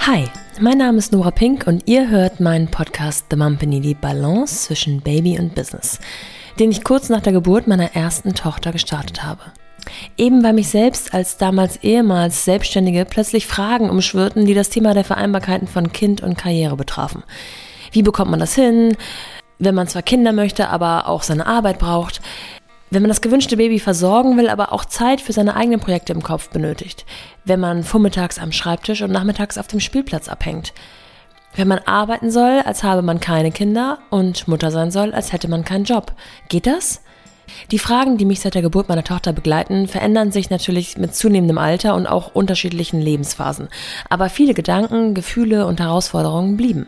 Hi, mein Name ist Nora Pink und ihr hört meinen Podcast The Mumpany, die Balance zwischen Baby und Business, den ich kurz nach der Geburt meiner ersten Tochter gestartet habe. Eben weil mich selbst als ehemals Selbstständige plötzlich Fragen umschwirrten, die das Thema der Vereinbarkeiten von Kind und Karriere betrafen. Wie bekommt man das hin, wenn man zwar Kinder möchte, aber auch seine Arbeit braucht? Wenn man das gewünschte Baby versorgen will, aber auch Zeit für seine eigenen Projekte im Kopf benötigt. Wenn man vormittags am Schreibtisch und nachmittags auf dem Spielplatz abhängt. Wenn man arbeiten soll, als habe man keine Kinder und Mutter sein soll, als hätte man keinen Job. Geht das? Die Fragen, die mich seit der Geburt meiner Tochter begleiten, verändern sich natürlich mit zunehmendem Alter und auch unterschiedlichen Lebensphasen. Aber viele Gedanken, Gefühle und Herausforderungen blieben.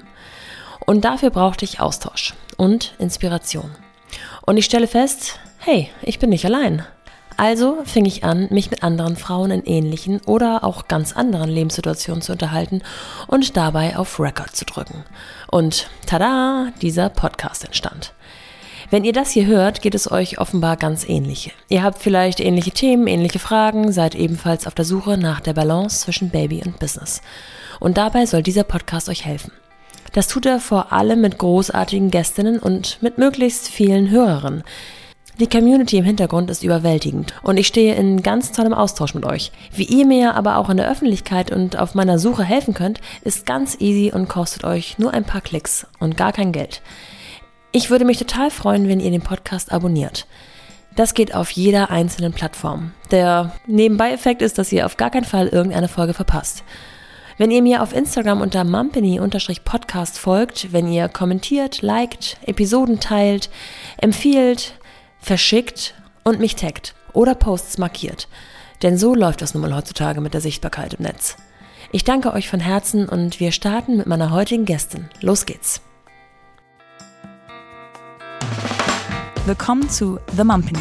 Und dafür brauchte ich Austausch und Inspiration. Und ich stelle fest, hey, ich bin nicht allein. Also fing ich an, mich mit anderen Frauen in ähnlichen oder auch ganz anderen Lebenssituationen zu unterhalten und dabei auf Record zu drücken. Und tada, dieser Podcast entstand. Wenn ihr das hier hört, geht es euch offenbar ganz ähnlich. Ihr habt vielleicht ähnliche Themen, ähnliche Fragen, seid ebenfalls auf der Suche nach der Balance zwischen Baby und Business. Und dabei soll dieser Podcast euch helfen. Das tut er vor allem mit großartigen Gästinnen und mit möglichst vielen Hörerinnen. Die Community im Hintergrund ist überwältigend und ich stehe in ganz tollem Austausch mit euch. Wie ihr mir aber auch in der Öffentlichkeit und auf meiner Suche helfen könnt, ist ganz easy und kostet euch nur ein paar Klicks und gar kein Geld. Ich würde mich total freuen, wenn ihr den Podcast abonniert. Das geht auf jeder einzelnen Plattform. Der Nebenbei-Effekt ist, dass ihr auf gar keinen Fall irgendeine Folge verpasst. Wenn ihr mir auf Instagram unter mumpany_podcast folgt, wenn ihr kommentiert, liked, Episoden teilt, empfiehlt, verschickt und mich taggt oder Posts markiert. Denn so läuft das nun mal heutzutage mit der Sichtbarkeit im Netz. Ich danke euch von Herzen und wir starten mit meiner heutigen Gästin. Los geht's! Willkommen zu The Mumpany.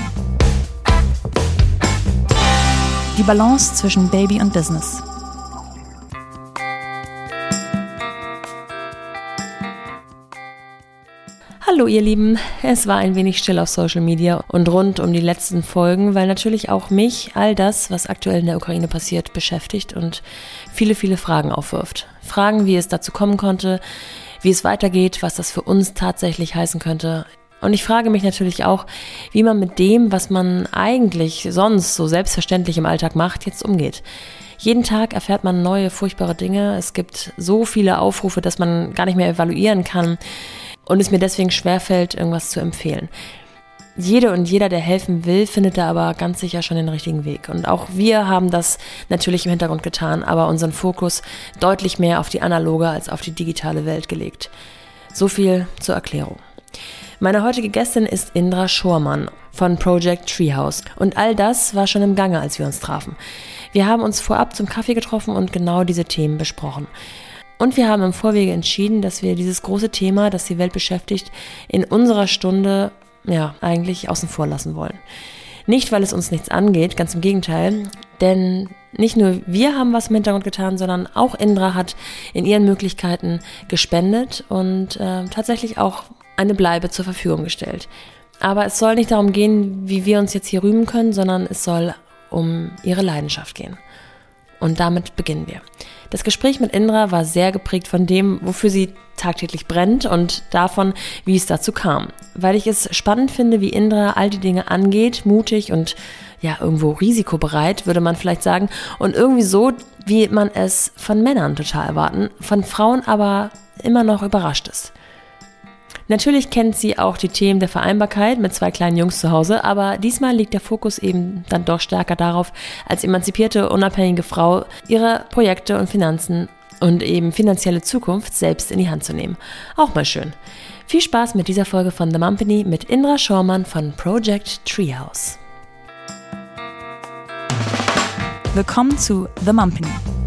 Die Balance zwischen Baby und Business. Hallo ihr Lieben, es war ein wenig still auf Social Media und rund um die letzten Folgen, weil natürlich auch mich all das, was aktuell in der Ukraine passiert, beschäftigt und viele, viele Fragen aufwirft. Fragen, wie es dazu kommen konnte, wie es weitergeht, was das für uns tatsächlich heißen könnte. Und ich frage mich natürlich auch, wie man mit dem, was man eigentlich sonst so selbstverständlich im Alltag macht, jetzt umgeht. Jeden Tag erfährt man neue, furchtbare Dinge. Es gibt so viele Aufrufe, dass man gar nicht mehr evaluieren kann. Und es mir deswegen schwerfällt, irgendwas zu empfehlen. Jede und jeder, der helfen will, findet da aber ganz sicher schon den richtigen Weg. Und auch wir haben das natürlich im Hintergrund getan, aber unseren Fokus deutlich mehr auf die analoge als auf die digitale Welt gelegt. So viel zur Erklärung. Meine heutige Gästin ist Indra Schormann von Project Treehouse. Und all das war schon im Gange, als wir uns trafen. Wir haben uns vorab zum Kaffee getroffen und genau diese Themen besprochen. Und wir haben im Vorwege entschieden, dass wir dieses große Thema, das die Welt beschäftigt, in unserer Stunde eigentlich außen vor lassen wollen. Nicht, weil es uns nichts angeht, ganz im Gegenteil, denn nicht nur wir haben was im Hintergrund getan, sondern auch Indra hat in ihren Möglichkeiten gespendet und tatsächlich auch eine Bleibe zur Verfügung gestellt. Aber es soll nicht darum gehen, wie wir uns jetzt hier rühmen können, sondern es soll um ihre Leidenschaft gehen. Und damit beginnen wir. Das Gespräch mit Indra war sehr geprägt von dem, wofür sie tagtäglich brennt und davon, wie es dazu kam. Weil ich es spannend finde, wie Indra all die Dinge angeht, mutig und irgendwo risikobereit, würde man vielleicht sagen. Und irgendwie so, wie man es von Männern total erwarten, von Frauen aber immer noch überrascht ist. Natürlich kennt sie auch die Themen der Vereinbarkeit mit 2 kleinen Jungs zu Hause, aber diesmal liegt der Fokus eben dann doch stärker darauf, als emanzipierte, unabhängige Frau ihre Projekte und Finanzen und eben finanzielle Zukunft selbst in die Hand zu nehmen. Auch mal schön. Viel Spaß mit dieser Folge von The Mumpany mit Indra Schormann von Project Treehouse. Willkommen zu The Mumpany.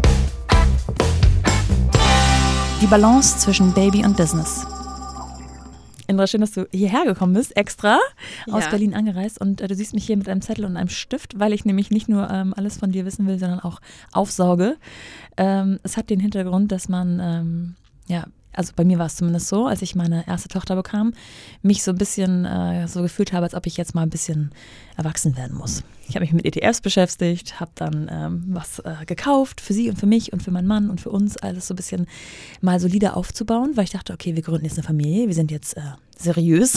Die Balance zwischen Baby und Business. Indra, schön, dass du hierher gekommen bist, extra aus Berlin angereist und du siehst mich hier mit einem Zettel und einem Stift, weil ich nämlich nicht nur alles von dir wissen will, sondern auch aufsauge. Es hat den Hintergrund, dass man also bei mir war es zumindest so, als ich meine erste Tochter bekam, mich so ein bisschen so gefühlt habe, als ob ich jetzt mal ein bisschen erwachsen werden muss. Ich habe mich mit ETFs beschäftigt, habe dann was gekauft für sie und für mich und für meinen Mann und für uns, alles so ein bisschen mal solider aufzubauen, weil ich dachte, okay, wir gründen jetzt eine Familie, wir sind jetzt seriös.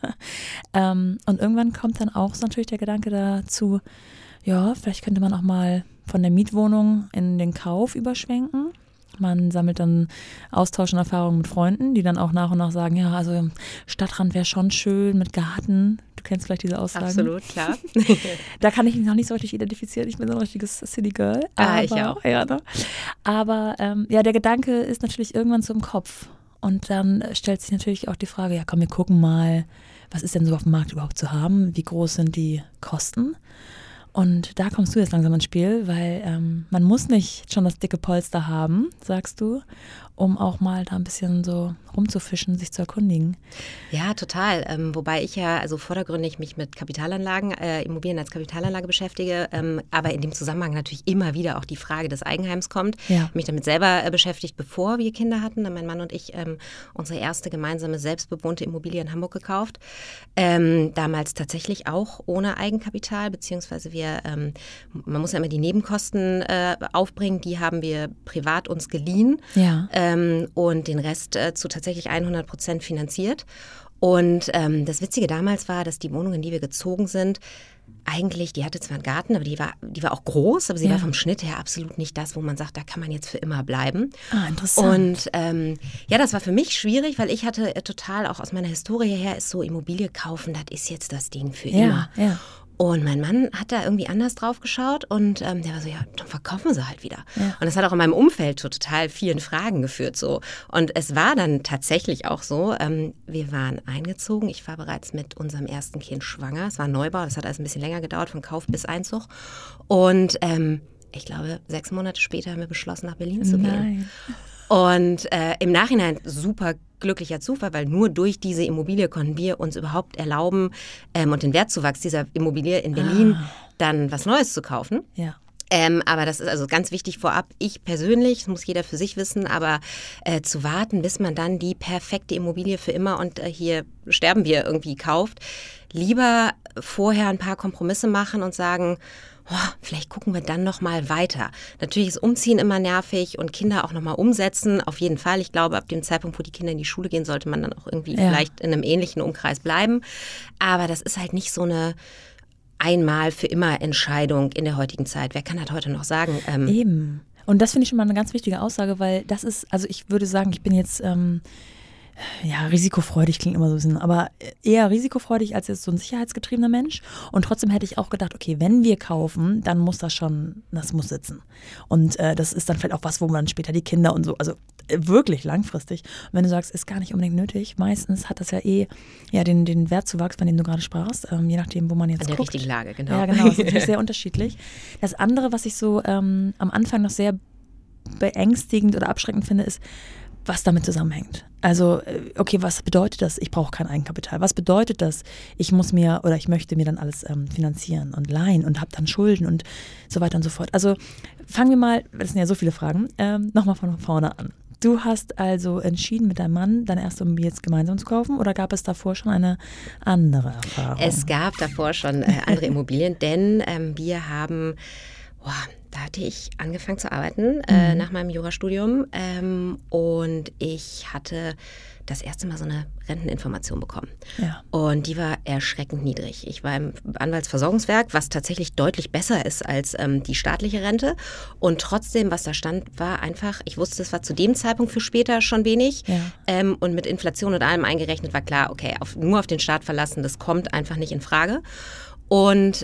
Und irgendwann kommt dann auch so natürlich der Gedanke dazu, ja, vielleicht könnte man auch mal von der Mietwohnung in den Kauf überschwenken. Man sammelt dann Austausch und Erfahrungen mit Freunden, die dann auch nach und nach sagen, ja, also Stadtrand wäre schon schön mit Garten. Du kennst vielleicht diese Aussagen. Absolut, klar. Da kann ich mich noch nicht so richtig identifizieren. Ich bin so ein richtiges City Girl. Ich auch. Ja, ne? Aber der Gedanke ist natürlich irgendwann so im Kopf. Und dann stellt sich natürlich auch die Frage, ja komm, wir gucken mal, was ist denn so auf dem Markt überhaupt zu haben? Wie groß sind die Kosten? Und da kommst du jetzt langsam ins Spiel, weil man muss nicht schon das dicke Polster haben, sagst du, um auch mal da ein bisschen so rumzufischen, sich zu erkundigen. Ja, total. Wobei ich ja also vordergründig mich mit Kapitalanlagen, Immobilien als Kapitalanlage beschäftige, aber in dem Zusammenhang natürlich immer wieder auch die Frage des Eigenheims kommt. Ja. Ich habe mich damit selber beschäftigt, bevor wir Kinder hatten. Mein Mann und ich unsere erste gemeinsame selbstbewohnte Immobilie in Hamburg gekauft. Damals tatsächlich auch ohne Eigenkapital, beziehungsweise man muss ja immer die Nebenkosten aufbringen, die haben wir privat uns geliehen. Ja. Und den Rest zu tatsächlich 100% finanziert. Und das Witzige damals war, dass die Wohnung, in die wir gezogen sind, eigentlich, die hatte zwar einen Garten, aber die war auch groß, aber sie war vom Schnitt her absolut nicht das, wo man sagt, da kann man jetzt für immer bleiben. Ah, interessant. Und das war für mich schwierig, weil ich hatte total, auch aus meiner Historie her, ist so Immobilie kaufen, das ist jetzt das Ding für immer. Ja. Und mein Mann hat da irgendwie anders drauf geschaut und der war so, ja, dann verkaufen wir sie halt wieder. Ja. Und das hat auch in meinem Umfeld zu total vielen Fragen geführt. So. Und es war dann tatsächlich auch so, wir waren eingezogen, ich war bereits mit unserem ersten Kind schwanger, es war ein Neubau, das hat alles ein bisschen länger gedauert, von Kauf bis Einzug. Und ich glaube, 6 Monate später haben wir beschlossen, nach Berlin zu gehen. Und im Nachhinein super glücklicher Zufall, weil nur durch diese Immobilie konnten wir uns überhaupt erlauben und den Wertzuwachs dieser Immobilie in Berlin dann was Neues zu kaufen. Ja. Aber das ist also ganz wichtig vorab. Ich persönlich, das muss jeder für sich wissen, aber zu warten, bis man dann die perfekte Immobilie für immer und hier sterben wir irgendwie kauft, lieber vorher ein paar Kompromisse machen und sagen, vielleicht gucken wir dann noch mal weiter. Natürlich ist Umziehen immer nervig und Kinder auch noch mal umsetzen. Auf jeden Fall. Ich glaube, ab dem Zeitpunkt, wo die Kinder in die Schule gehen, sollte man dann auch irgendwie vielleicht in einem ähnlichen Umkreis bleiben. Aber das ist halt nicht so eine einmal für immer Entscheidung in der heutigen Zeit. Wer kann das heute noch sagen? Eben. Und das finde ich schon mal eine ganz wichtige Aussage, weil das ist, also ich würde sagen, ich bin jetzt risikofreudig klingt immer so ein bisschen, aber eher risikofreudig als jetzt so ein sicherheitsgetriebener Mensch. Und trotzdem hätte ich auch gedacht, okay, wenn wir kaufen, dann muss das muss sitzen. Und das ist dann vielleicht auch was, wo man später die Kinder und so, also wirklich langfristig. Und wenn du sagst, ist gar nicht unbedingt nötig, meistens hat das den Wertzuwachs, von dem du gerade sprachst, je nachdem, wo man jetzt guckt. An der richtigen Lage, genau. Ja, genau, das ist natürlich sehr unterschiedlich. Das andere, was ich so am Anfang noch sehr beängstigend oder abschreckend finde, ist, was damit zusammenhängt. Also, okay, was bedeutet das? Ich brauche kein Eigenkapital. Was bedeutet das? Ich möchte mir dann alles finanzieren und leihen und habe dann Schulden und so weiter und so fort. Also fangen wir mal, das sind ja so viele Fragen, nochmal von vorne an. Du hast also entschieden, mit deinem Mann deine erste Immobilie jetzt gemeinsam zu kaufen oder gab es davor schon eine andere Erfahrung? Es gab davor schon andere Immobilien, denn wir haben... Da hatte ich angefangen zu arbeiten nach meinem Jurastudium und ich hatte das erste Mal so eine Renteninformation bekommen. Ja. Und die war erschreckend niedrig. Ich war im Anwaltsversorgungswerk, was tatsächlich deutlich besser ist als die staatliche Rente. Und trotzdem, was da stand, war einfach, ich wusste, es war zu dem Zeitpunkt für später schon wenig. Ja. Und mit Inflation und allem eingerechnet war klar, okay, nur auf den Staat verlassen, das kommt einfach nicht in Frage. Und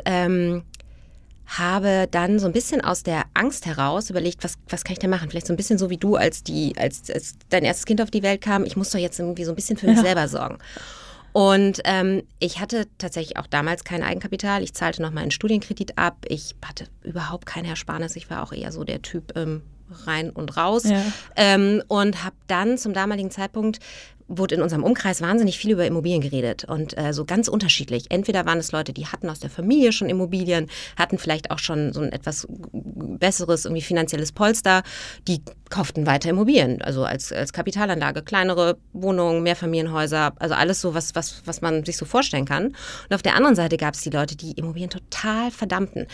habe dann so ein bisschen aus der Angst heraus überlegt, was kann ich denn machen? Vielleicht so ein bisschen so wie du, als dein erstes Kind auf die Welt kam. Ich muss doch jetzt irgendwie so ein bisschen für mich selber sorgen. Und ich hatte tatsächlich auch damals kein Eigenkapital. Ich zahlte noch meinen Studienkredit ab. Ich hatte überhaupt keine Ersparnis. Ich war auch eher so der Typ rein und raus. Ja. Und habe dann zum damaligen Zeitpunkt wurde in unserem Umkreis wahnsinnig viel über Immobilien geredet und so ganz unterschiedlich. Entweder waren es Leute, die hatten aus der Familie schon Immobilien, hatten vielleicht auch schon so ein etwas besseres irgendwie finanzielles Polster, die kauften weiter Immobilien, also als Kapitalanlage, kleinere Wohnungen, Mehrfamilienhäuser, also alles so, was man sich so vorstellen kann. Und auf der anderen Seite gab es die Leute, die Immobilien total verdammten.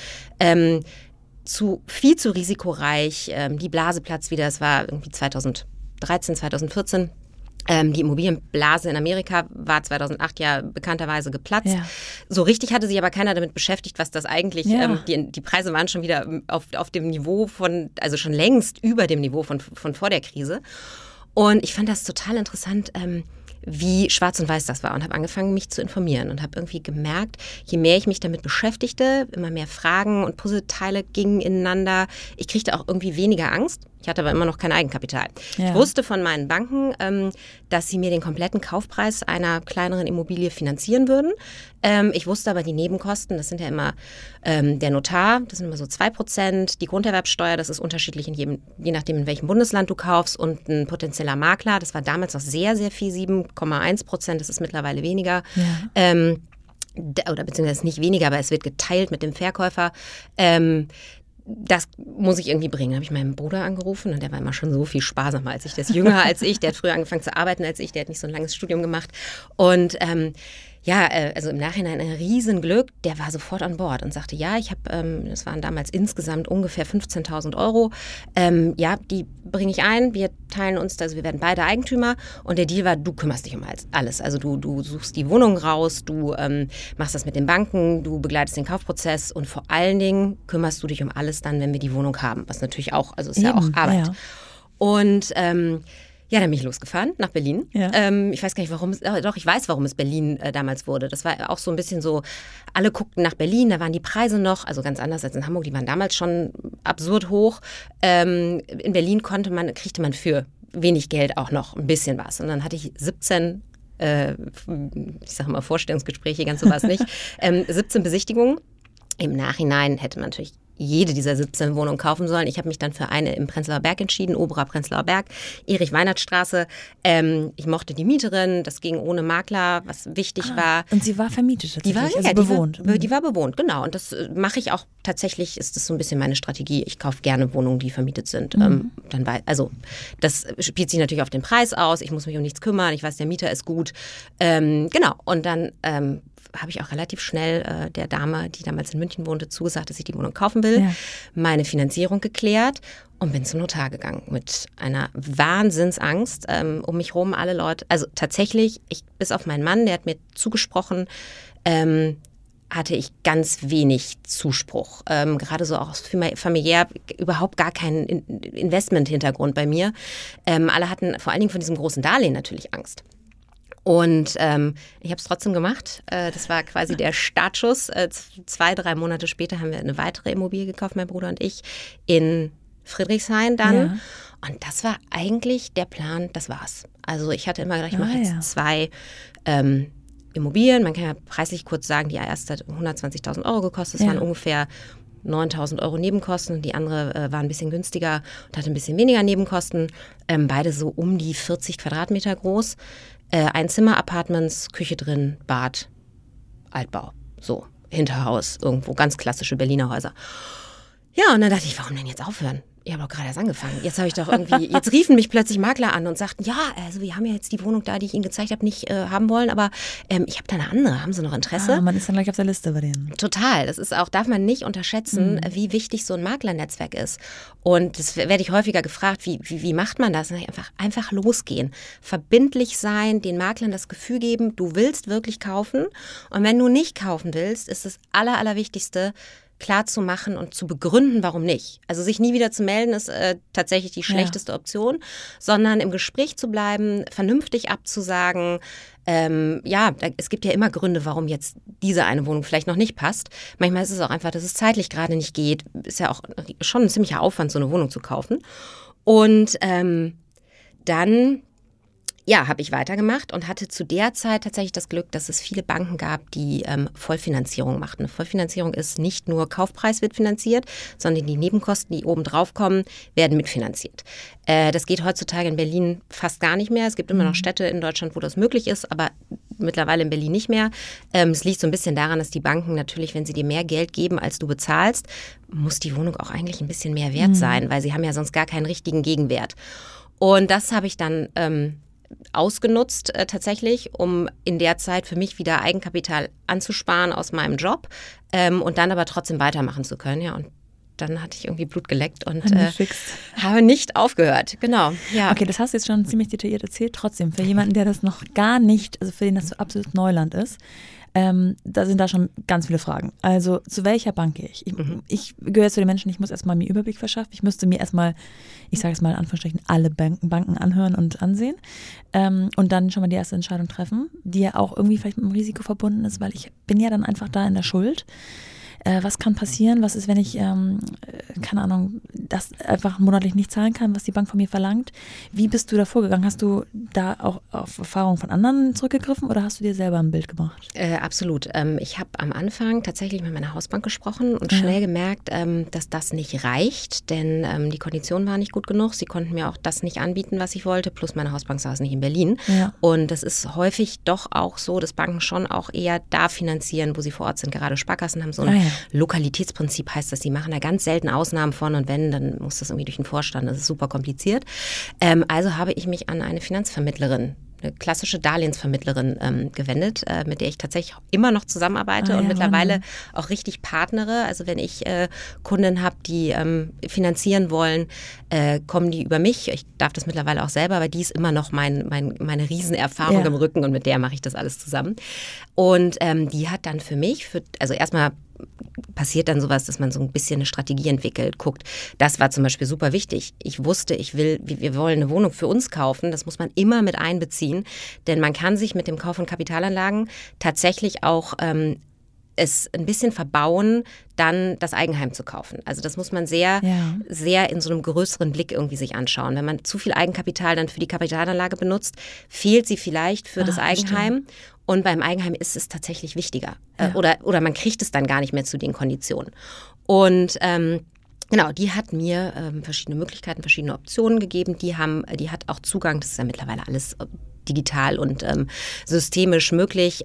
Viel zu risikoreich, die Blase platzt wieder, es war irgendwie 2013, 2014. Die Immobilienblase in Amerika war 2008 ja bekannterweise geplatzt. Ja. So richtig hatte sich aber keiner damit beschäftigt, was das eigentlich, die Preise waren schon wieder auf dem Niveau also schon längst über dem Niveau von vor der Krise. Und ich fand das total interessant, wie schwarz und weiß das war und habe angefangen, mich zu informieren und habe irgendwie gemerkt, je mehr ich mich damit beschäftigte, immer mehr Fragen und Puzzleteile gingen ineinander. Ich kriegte auch irgendwie weniger Angst. Ich hatte aber immer noch kein Eigenkapital. Ja. Ich wusste von meinen Banken, dass sie mir den kompletten Kaufpreis einer kleineren Immobilie finanzieren würden. Ich wusste aber die Nebenkosten, das sind ja immer der Notar, das sind immer so 2%, die Grunderwerbsteuer, das ist unterschiedlich je nachdem, in welchem Bundesland du kaufst, und ein potenzieller Makler, das war damals noch sehr, sehr viel, 7,1%, das ist mittlerweile weniger. Ja. Oder beziehungsweise nicht weniger, aber es wird geteilt mit dem Verkäufer. Das muss ich irgendwie bringen. Da habe ich meinen Bruder angerufen und der war immer schon so viel sparsamer als ich. Der ist jünger als ich, der hat früher angefangen zu arbeiten als ich, der hat nicht so ein langes Studium gemacht. Und also im Nachhinein ein Riesenglück, der war sofort an Bord und sagte, ja, ich habe, das waren damals insgesamt ungefähr 15.000 Euro, die bringe ich ein, wir teilen uns, also wir werden beide Eigentümer, und der Deal war, du kümmerst dich um alles, also du suchst die Wohnung raus, du machst das mit den Banken, du begleitest den Kaufprozess und vor allen Dingen kümmerst du dich um alles dann, wenn wir die Wohnung haben, was natürlich auch, also ist ja auch Arbeit. Ja. Und dann bin ich losgefahren nach Berlin. Ja. Ich weiß gar nicht, warum ich weiß, warum es Berlin damals wurde. Das war auch so ein bisschen so, alle guckten nach Berlin, da waren die Preise noch, also ganz anders als in Hamburg, die waren damals schon absurd hoch. In Berlin kriegte man für wenig Geld auch noch ein bisschen was. Und dann hatte ich 17 ich sage mal Vorstellungsgespräche, ganz so war es nicht, 17 Besichtigungen. Im Nachhinein hätte man natürlich jede dieser 17 Wohnungen kaufen sollen. Ich habe mich dann für eine im Prenzlauer Berg entschieden, Oberer Prenzlauer Berg, Erich-Weinert-Straße. Ich mochte die Mieterin, das ging ohne Makler, was wichtig war. Und sie war vermietet tatsächlich, bewohnt. Die war bewohnt, genau. Und das mache ich auch tatsächlich, ist das so ein bisschen meine Strategie. Ich kaufe gerne Wohnungen, die vermietet sind. Das spielt sich natürlich auf den Preis aus. Ich muss mich um nichts kümmern. Ich weiß, der Mieter ist gut. Genau. Und dann habe ich auch relativ schnell der Dame, die damals in München wohnte, zugesagt, dass ich die Wohnung kaufen will, meine Finanzierung geklärt und bin zum Notar gegangen mit einer Wahnsinnsangst um mich rum, alle Leute. Also tatsächlich, bis auf meinen Mann, der hat mir zugesprochen, hatte ich ganz wenig Zuspruch. Gerade so auch familiär überhaupt gar keinen Investment-Hintergrund bei mir. Alle hatten vor allen Dingen von diesem großen Darlehen natürlich Angst. Und ich habe es trotzdem gemacht. Das war quasi der Startschuss. 2-3 Monate später haben wir eine weitere Immobilie gekauft, mein Bruder und ich, in Friedrichshain dann. Ja. Und das war eigentlich der Plan, das war's. Also ich hatte immer gedacht, ich mache jetzt 2 Immobilien. Man kann ja preislich kurz sagen, die erste hat 120.000 Euro gekostet. Das waren ungefähr 9.000 Euro Nebenkosten, und die andere war ein bisschen günstiger und hatte ein bisschen weniger Nebenkosten. Beide so um die 40 Quadratmeter groß. Einzimmer-Apartments, Küche drin, Bad, Altbau. So, Hinterhaus, irgendwo, ganz klassische Berliner Häuser. Ja, und dann dachte ich, warum denn jetzt aufhören? Ich habe doch gerade erst angefangen. Jetzt riefen mich plötzlich Makler an und sagten, ja, also wir haben ja jetzt die Wohnung da, die ich Ihnen gezeigt habe, nicht haben wollen, aber ich habe da eine andere. Haben Sie noch Interesse? Man ist dann gleich auf der Liste bei denen. Total. Das ist auch, darf man nicht unterschätzen, wie wichtig so ein Maklernetzwerk ist. Und das werde ich häufiger gefragt, wie macht man das? Einfach losgehen. Verbindlich sein, den Maklern das Gefühl geben, du willst wirklich kaufen. Und wenn du nicht kaufen willst, ist das Allerwichtigste, klar zu machen und zu begründen, warum nicht. Also sich nie wieder zu melden, ist tatsächlich die schlechteste Option, sondern im Gespräch zu bleiben, vernünftig abzusagen. Es gibt ja immer Gründe, warum jetzt diese eine Wohnung vielleicht noch nicht passt. Manchmal ist es auch einfach, dass es zeitlich gerade nicht geht. Ist ja auch schon ein ziemlicher Aufwand, so eine Wohnung zu kaufen. Und dann Ja, habe ich weitergemacht und hatte zu der Zeit tatsächlich das Glück, dass es viele Banken gab, die Vollfinanzierung machten. Vollfinanzierung ist nicht nur Kaufpreis wird finanziert, sondern die Nebenkosten, die oben drauf kommen, werden mitfinanziert. Das geht heutzutage in Berlin fast gar nicht mehr. Es gibt immer noch Städte in Deutschland, wo das möglich ist, aber mittlerweile in Berlin nicht mehr. Es liegt so ein bisschen daran, dass die Banken natürlich, wenn sie dir mehr Geld geben, als du bezahlst, muss die Wohnung auch eigentlich ein bisschen mehr wert sein, weil sie haben ja sonst gar keinen richtigen Gegenwert. Und das habe ich dann ausgenutzt tatsächlich, um in der Zeit für mich wieder Eigenkapital anzusparen aus meinem Job und dann aber trotzdem weitermachen zu können. Ja, und dann hatte ich irgendwie Blut geleckt und habe nicht aufgehört. Genau. Ja. Okay, das hast du jetzt schon ziemlich detailliert erzählt. Trotzdem, für jemanden, der das noch gar nicht, also für den das so absolut Neuland ist, da sind da schon ganz viele Fragen. Also zu welcher Bank gehe ich? Ich gehöre zu den Menschen, ich muss erstmal mir Überblick verschaffen. Ich müsste mir erstmal, ich sage es mal in Anführungsstrichen, alle Banken anhören und ansehen und dann schon mal die erste Entscheidung treffen, die ja auch irgendwie vielleicht mit einem Risiko verbunden ist, weil ich bin ja dann einfach da in der Schuld. Was kann passieren? Was ist, wenn ich, keine Ahnung, das einfach monatlich nicht zahlen kann, was die Bank von mir verlangt? Wie bist du da vorgegangen? Hast du da auch auf Erfahrungen von anderen zurückgegriffen oder hast du dir selber ein Bild gemacht? Absolut. Ich habe am Anfang tatsächlich mit meiner Hausbank gesprochen und schnell gemerkt, dass das nicht reicht, denn die Konditionen waren nicht gut genug. Sie konnten mir auch das nicht anbieten, was ich wollte, plus meine Hausbank saß nicht in Berlin. Ja. Und das ist häufig doch auch so, dass Banken schon auch eher da finanzieren, wo sie vor Ort sind. Gerade Sparkassen haben so ein Lokalitätsprinzip, heißt das, die machen da ganz selten Ausnahmen von und wenn, dann muss das irgendwie durch den Vorstand, das ist super kompliziert. Also habe ich mich an eine Finanzvermittlerin, eine klassische Darlehensvermittlerin gewendet, mit der ich tatsächlich immer noch zusammenarbeite und mittlerweile auch richtig partnere. Also wenn ich Kunden habe, die finanzieren wollen, kommen die über mich. Ich darf das mittlerweile auch selber, aber die ist immer noch meine Riesenerfahrung im Rücken und mit der mache ich das alles zusammen. Und die hat dann für mich, also erstmal passiert dann sowas, dass man so ein bisschen eine Strategie entwickelt, guckt. Das war zum Beispiel super wichtig. Ich wusste, wir wollen eine Wohnung für uns kaufen. Das muss man immer mit einbeziehen, denn man kann sich mit dem Kauf von Kapitalanlagen tatsächlich auch es ein bisschen verbauen, dann das Eigenheim zu kaufen. Also das muss man sehr in so einem größeren Blick irgendwie sich anschauen. Wenn man zu viel Eigenkapital dann für die Kapitalanlage benutzt, fehlt sie vielleicht für das Eigenheim. Stimmt. Und beim Eigenheim ist es tatsächlich wichtiger. Ja. Oder man kriegt es dann gar nicht mehr zu den Konditionen. Und genau, die hat mir verschiedene Möglichkeiten, verschiedene Optionen gegeben. Die hat auch Zugang, das ist ja mittlerweile alles digital und systemisch möglich,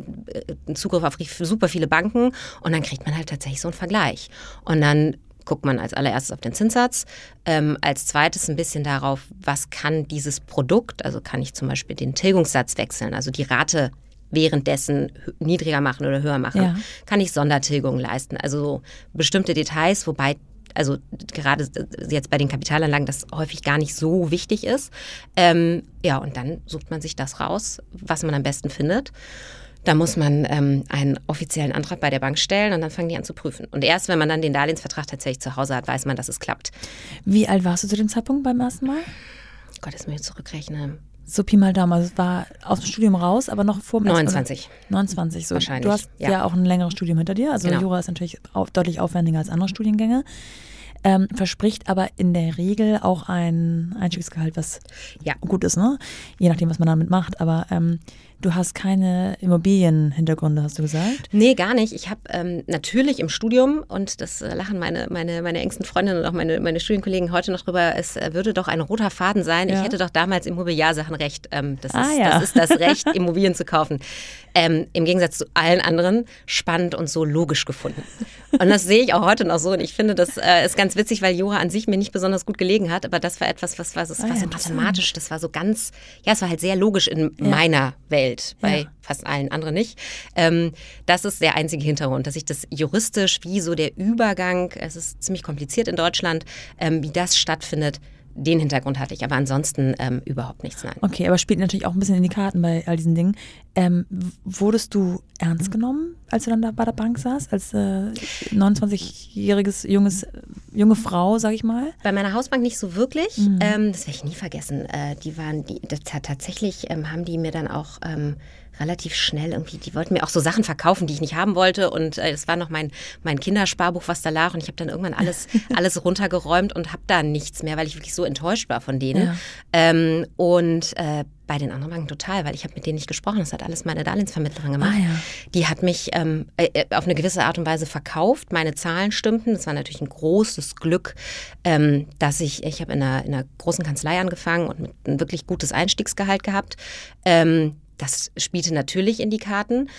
Zugriff auf super viele Banken und dann kriegt man halt tatsächlich so einen Vergleich. Und dann guckt man als allererstes auf den Zinssatz, als zweites ein bisschen darauf, was kann dieses Produkt, also kann ich zum Beispiel den Tilgungssatz wechseln, also die Rate währenddessen niedriger machen oder höher machen, kann ich Sondertilgungen leisten, also bestimmte Details, wobei also gerade jetzt bei den Kapitalanlagen das häufig gar nicht so wichtig ist. Und dann sucht man sich das raus, was man am besten findet. Da muss man einen offiziellen Antrag bei der Bank stellen und dann fangen die an zu prüfen. Und erst wenn man dann den Darlehensvertrag tatsächlich zu Hause hat, weiß man, dass es klappt. Wie alt warst du zu dem Zeitpunkt beim ersten Mal? Gott, das muss ich zurückrechnen. So Pi mal Daumen, also es war aus dem Studium raus, aber noch vor dem 29. 29, so. Wahrscheinlich, du hast ja auch ein längeres Studium hinter dir, also Jura ist natürlich deutlich aufwendiger als andere Studiengänge. Verspricht aber in der Regel auch ein Einstiegsgehalt, was gut ist, ne? Je nachdem, was man damit macht. Aber du hast keine Immobilienhintergründe, hast du gesagt? Nee, gar nicht. Ich habe natürlich im Studium, und das lachen meine engsten Freundinnen und auch meine Studienkollegen heute noch drüber, es würde doch ein roter Faden sein. Ich hätte doch damals im Immobiliarsachen-Recht. Das ist das Recht, Immobilien zu kaufen. Im Gegensatz zu allen anderen spannend und so logisch gefunden. Und das sehe ich auch heute noch so. Und ich finde, das ist ganz witzig, weil Jura an sich mir nicht besonders gut gelegen hat. Aber das war etwas, was so mathematisch, das war so ganz, es war halt sehr logisch in meiner Welt, bei fast allen anderen nicht. Das ist der einzige Hintergrund, dass ich das juristisch, wie so der Übergang, es ist ziemlich kompliziert in Deutschland, wie das stattfindet, den Hintergrund hatte ich, aber ansonsten überhaupt nichts, nein. Okay, aber spielt natürlich auch ein bisschen in die Karten bei all diesen Dingen. Wurdest du ernst genommen, als du dann da bei der Bank saßt, als 29-jähriges junge Frau, sag ich mal? Bei meiner Hausbank nicht so wirklich. Das werde ich nie vergessen. Tatsächlich haben die mir dann auch relativ schnell irgendwie, die wollten mir auch so Sachen verkaufen, die ich nicht haben wollte und es war noch mein Kindersparbuch, was da lag und ich habe dann irgendwann alles runtergeräumt und habe da nichts mehr, weil ich wirklich so enttäuscht war von denen. Ja. Bei den anderen Banken total, weil ich habe mit denen nicht gesprochen. Das hat alles meine Darlehensvermittlerin gemacht. Die hat mich auf eine gewisse Art und Weise verkauft. Meine Zahlen stimmten. Das war natürlich ein großes Glück, dass ich habe in einer großen Kanzlei angefangen und mit ein wirklich gutes Einstiegsgehalt gehabt. Das spielte natürlich in die Karten.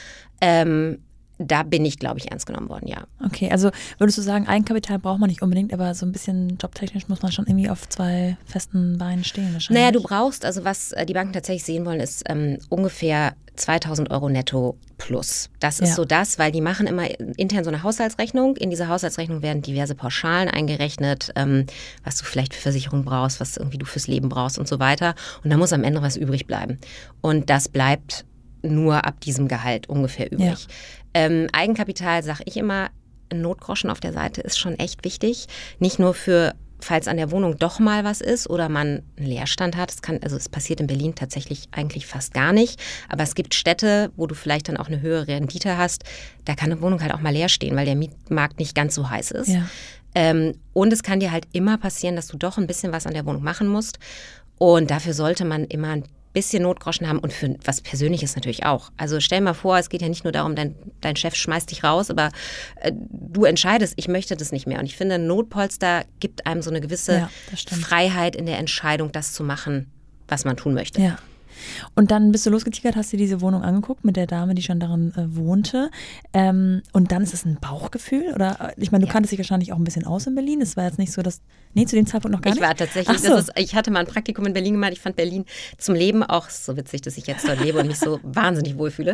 Da bin ich, glaube ich, ernst genommen worden, ja. Okay, also würdest du sagen, Eigenkapital braucht man nicht unbedingt, aber so ein bisschen jobtechnisch muss man schon irgendwie auf 2 festen Beinen stehen wahrscheinlich. Naja, du brauchst, also was die Banken tatsächlich sehen wollen, ist ungefähr 2.000 € netto plus. Das ist so das, weil die machen immer intern so eine Haushaltsrechnung. In dieser Haushaltsrechnung werden diverse Pauschalen eingerechnet, was du vielleicht für Versicherung brauchst, was irgendwie du fürs Leben brauchst und so weiter. Und da muss am Ende was übrig bleiben. Und das bleibt nur ab diesem Gehalt ungefähr übrig. Ja. Eigenkapital, sage ich immer, ein Notgroschen auf der Seite ist schon echt wichtig. Nicht nur für, falls an der Wohnung doch mal was ist oder man einen Leerstand hat. Es passiert in Berlin tatsächlich eigentlich fast gar nicht. Aber es gibt Städte, wo du vielleicht dann auch eine höhere Rendite hast. Da kann eine Wohnung halt auch mal leer stehen, weil der Mietmarkt nicht ganz so heiß ist. Ja. Und es kann dir halt immer passieren, dass du doch ein bisschen was an der Wohnung machen musst. Und dafür sollte man immer ein bisschen Notgroschen haben und für was Persönliches natürlich auch. Also stell mal vor, es geht ja nicht nur darum, dein Chef schmeißt dich raus, aber du entscheidest, ich möchte das nicht mehr. Und ich finde, ein Notpolster gibt einem so eine gewisse Freiheit in der Entscheidung, das zu machen, was man tun möchte. Ja. Und dann bist du losgetigert, hast dir diese Wohnung angeguckt mit der Dame, die schon darin wohnte. Und dann ist es ein Bauchgefühl? Oder ich meine, du kanntest dich wahrscheinlich auch ein bisschen aus in Berlin. Es war jetzt nicht so, dass. Nee, zu dem Zeitpunkt noch gar nicht? Ich war tatsächlich, ich hatte mal ein Praktikum in Berlin gemacht. Ich fand Berlin zum Leben auch so witzig, dass ich jetzt dort lebe und mich so wahnsinnig wohlfühle.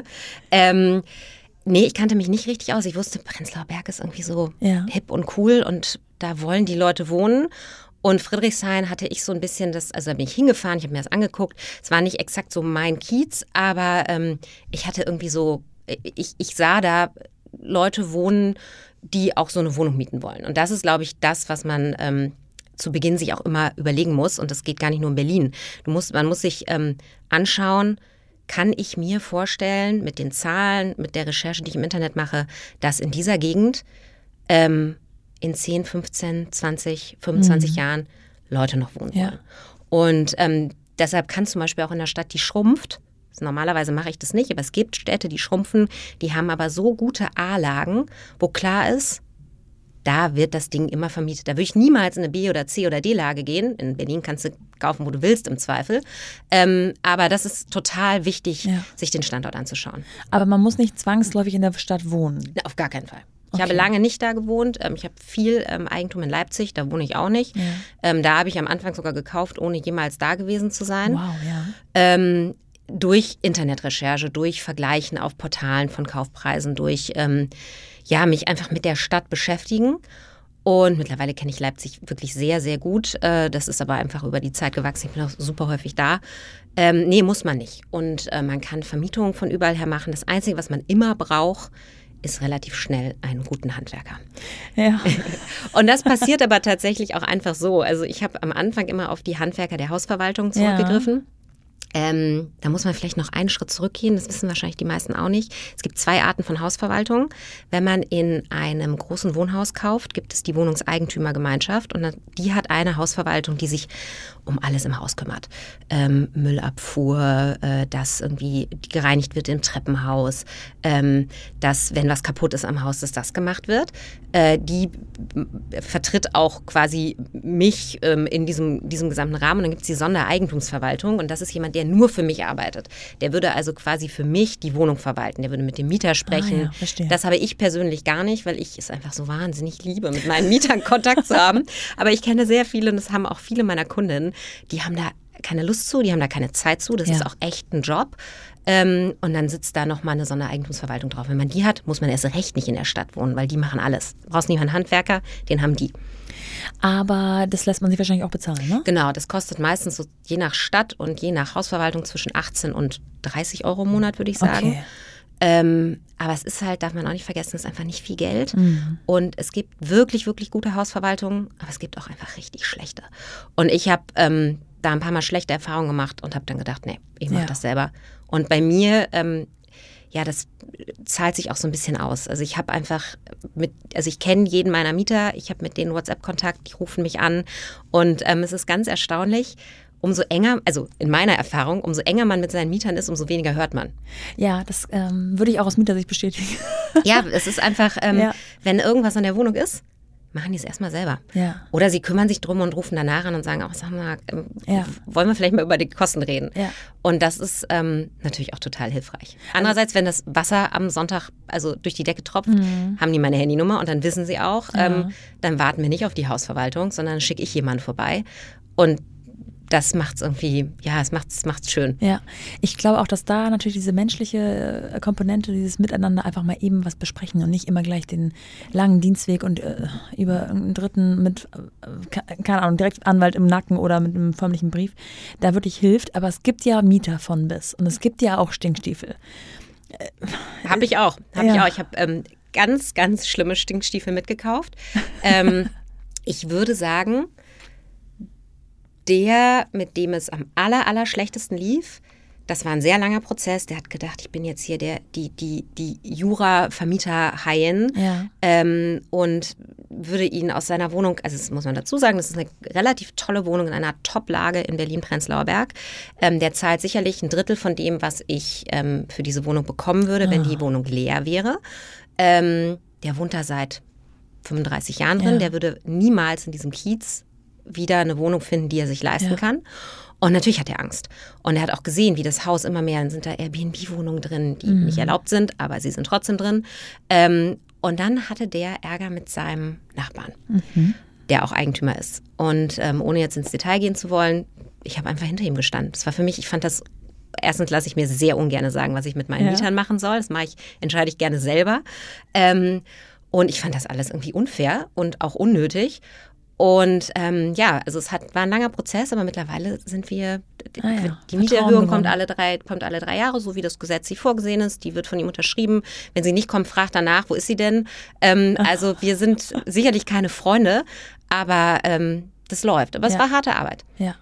Nee, ich kannte mich nicht richtig aus. Ich wusste, Prenzlauer Berg ist irgendwie so hip und cool und da wollen die Leute wohnen. Und Friedrichshain hatte ich so ein bisschen da bin ich hingefahren, ich habe mir das angeguckt. Es war nicht exakt so mein Kiez, aber ich hatte irgendwie so, ich sah da Leute wohnen, die auch so eine Wohnung mieten wollen. Und das ist, glaube ich, das, was man zu Beginn sich auch immer überlegen muss. Und das geht gar nicht nur in Berlin. Man muss sich anschauen, kann ich mir vorstellen, mit den Zahlen, mit der Recherche, die ich im Internet mache, dass in dieser Gegend in 10, 15, 20, 25 Jahren Leute noch wohnen wollen. Und deshalb kann zum Beispiel auch in einer Stadt, die schrumpft, normalerweise mache ich das nicht, aber es gibt Städte, die schrumpfen, die haben aber so gute A-Lagen, wo klar ist, da wird das Ding immer vermietet. Da würde ich niemals in eine B- oder C- oder D-Lage gehen. In Berlin kannst du kaufen, wo du willst, im Zweifel. Aber das ist total wichtig, sich den Standort anzuschauen. Aber man muss nicht zwangsläufig in der Stadt wohnen? Auf gar keinen Fall. Ich habe lange nicht da gewohnt. Ich habe viel Eigentum in Leipzig, da wohne ich auch nicht. Ja. Da habe ich am Anfang sogar gekauft, ohne jemals da gewesen zu sein. Wow, ja. Durch Internetrecherche, durch Vergleichen auf Portalen von Kaufpreisen, durch mich einfach mit der Stadt beschäftigen. Und mittlerweile kenne ich Leipzig wirklich sehr, sehr gut. Das ist aber einfach über die Zeit gewachsen. Ich bin auch super häufig da. Nee, muss man nicht. Und man kann Vermietungen von überall her machen. Das Einzige, was man immer braucht, ist relativ schnell einen guten Handwerker. Ja. Und das passiert aber tatsächlich auch einfach so. Also ich habe am Anfang immer auf die Handwerker der Hausverwaltung zurückgegriffen. Da muss man vielleicht noch einen Schritt zurückgehen, das wissen wahrscheinlich die meisten auch nicht. Es gibt 2 Arten von Hausverwaltung. Wenn man in einem großen Wohnhaus kauft, gibt es die Wohnungseigentümergemeinschaft und die hat eine Hausverwaltung, die sich um alles im Haus kümmert. Müllabfuhr, dass irgendwie gereinigt wird im Treppenhaus, dass, wenn was kaputt ist am Haus, dass das gemacht wird. Die vertritt auch quasi mich in diesem gesamten Rahmen. Und dann gibt es die Sondereigentumsverwaltung und das ist jemand, der nur für mich arbeitet. Der würde also quasi für mich die Wohnung verwalten. Der würde mit dem Mieter sprechen. Verstehe. Das habe ich persönlich gar nicht, weil ich es einfach so wahnsinnig liebe, mit meinen Mietern Kontakt zu haben. Aber ich kenne sehr viele und das haben auch viele meiner Kundinnen, die haben da keine Lust zu, die haben da keine Zeit zu. Das ist auch echt ein Job. Und dann sitzt da nochmal eine Sondereigentumsverwaltung drauf. Wenn man die hat, muss man erst recht nicht in der Stadt wohnen, weil die machen alles. Du brauchst nicht einen Handwerker, den haben die. Aber das lässt man sich wahrscheinlich auch bezahlen, ne? Genau, das kostet meistens so je nach Stadt und je nach Hausverwaltung zwischen 18 und 30 € im Monat, würde ich sagen. Okay. Aber es ist halt, darf man auch nicht vergessen, es ist einfach nicht viel Geld. Mhm. Und es gibt wirklich, wirklich gute Hausverwaltungen, aber es gibt auch einfach richtig schlechte. Und ich habe da ein paar Mal schlechte Erfahrungen gemacht und habe dann gedacht, nee, ich mache das selber. Und bei mir, das zahlt sich auch so ein bisschen aus. Also ich habe einfach ich kenne jeden meiner Mieter, ich habe mit denen WhatsApp-Kontakt, die rufen mich an und es ist ganz erstaunlich. umso enger, also in meiner Erfahrung, umso enger man mit seinen Mietern ist, umso weniger hört man. Ja, das würde ich auch aus Mietersicht bestätigen. Ja, es ist einfach, wenn irgendwas an der Wohnung ist, machen die es erstmal selber. Ja. Oder sie kümmern sich drum und rufen danach an und sagen, sag mal, wollen wir vielleicht mal über die Kosten reden? Ja. Und das ist natürlich auch total hilfreich. Andererseits, wenn das Wasser am Sonntag also durch die Decke tropft, haben die meine Handynummer und dann wissen sie auch, dann warten wir nicht auf die Hausverwaltung, sondern schicke ich jemanden vorbei. Und das macht es irgendwie, es macht's schön. Ja, ich glaube auch, dass da natürlich diese menschliche Komponente, dieses Miteinander einfach mal eben was besprechen und nicht immer gleich den langen Dienstweg und über einen Dritten mit, keine Ahnung, direkt Anwalt im Nacken oder mit einem förmlichen Brief, da wirklich hilft. Aber es gibt ja Mieter von bis und es gibt ja auch Stinkstiefel. Habe ich auch. Ich habe ganz, ganz schlimme Stinkstiefel mitgekauft. Ich würde sagen, der, mit dem es am allerschlechtesten lief, das war ein sehr langer Prozess. Der hat gedacht, ich bin jetzt hier die Jura-Vermieter-Haien und würde ihn aus seiner Wohnung, also das muss man dazu sagen, das ist eine relativ tolle Wohnung in einer Top-Lage in Berlin-Prenzlauer Berg. Der zahlt sicherlich 1/3 von dem, was ich für diese Wohnung bekommen würde, wenn die Wohnung leer wäre. Der wohnt da seit 35 Jahren drin. Der würde niemals in diesem Kiez wieder eine Wohnung finden, die er sich leisten kann. Und natürlich hat er Angst. Und er hat auch gesehen, wie das Haus immer mehr, dann sind da Airbnb-Wohnungen drin, die nicht erlaubt sind, aber sie sind trotzdem drin. Und dann hatte der Ärger mit seinem Nachbarn, der auch Eigentümer ist. Und ohne jetzt ins Detail gehen zu wollen, ich habe einfach hinter ihm gestanden. Das war für mich, ich fand das, erstens lasse ich mir sehr ungern sagen, was ich mit meinen Mietern machen soll. Das entscheide ich gerne selber. Und ich fand das alles irgendwie unfair und auch unnötig. Und also war ein langer Prozess, aber mittlerweile sind wir, die Mieterhöhung kommt alle 3 Jahre, so wie das gesetzlich vorgesehen ist. Die wird von ihm unterschrieben. Wenn sie nicht kommt, fragt danach, wo ist sie denn? Also wir sind sicherlich keine Freunde, aber das läuft. Aber es war harte Arbeit. Ja.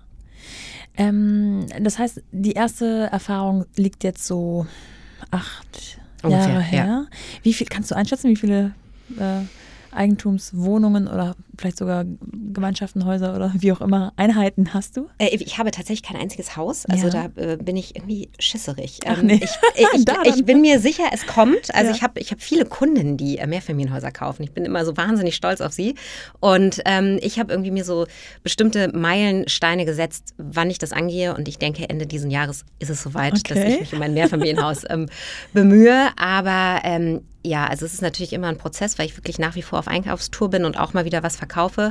Das heißt, die erste Erfahrung liegt jetzt so 8 Jahre her. Ja. Wie viel kannst du einschätzen, wie viele Eigentumswohnungen oder vielleicht sogar Gemeinschaften, Häuser oder wie auch immer, Einheiten hast du? Ich habe tatsächlich kein einziges Haus. Also da bin ich irgendwie schisserig. Nee. Ich bin mir sicher, es kommt. Also ich hab viele Kunden, die Mehrfamilienhäuser kaufen. Ich bin immer so wahnsinnig stolz auf sie. Und ich habe irgendwie mir so bestimmte Meilensteine gesetzt, wann ich das angehe. Und ich denke, Ende dieses Jahres ist es soweit, dass ich mich um ein Mehrfamilienhaus bemühe. Aber also es ist natürlich immer ein Prozess, weil ich wirklich nach wie vor auf Einkaufstour bin und auch mal wieder was verkaufe.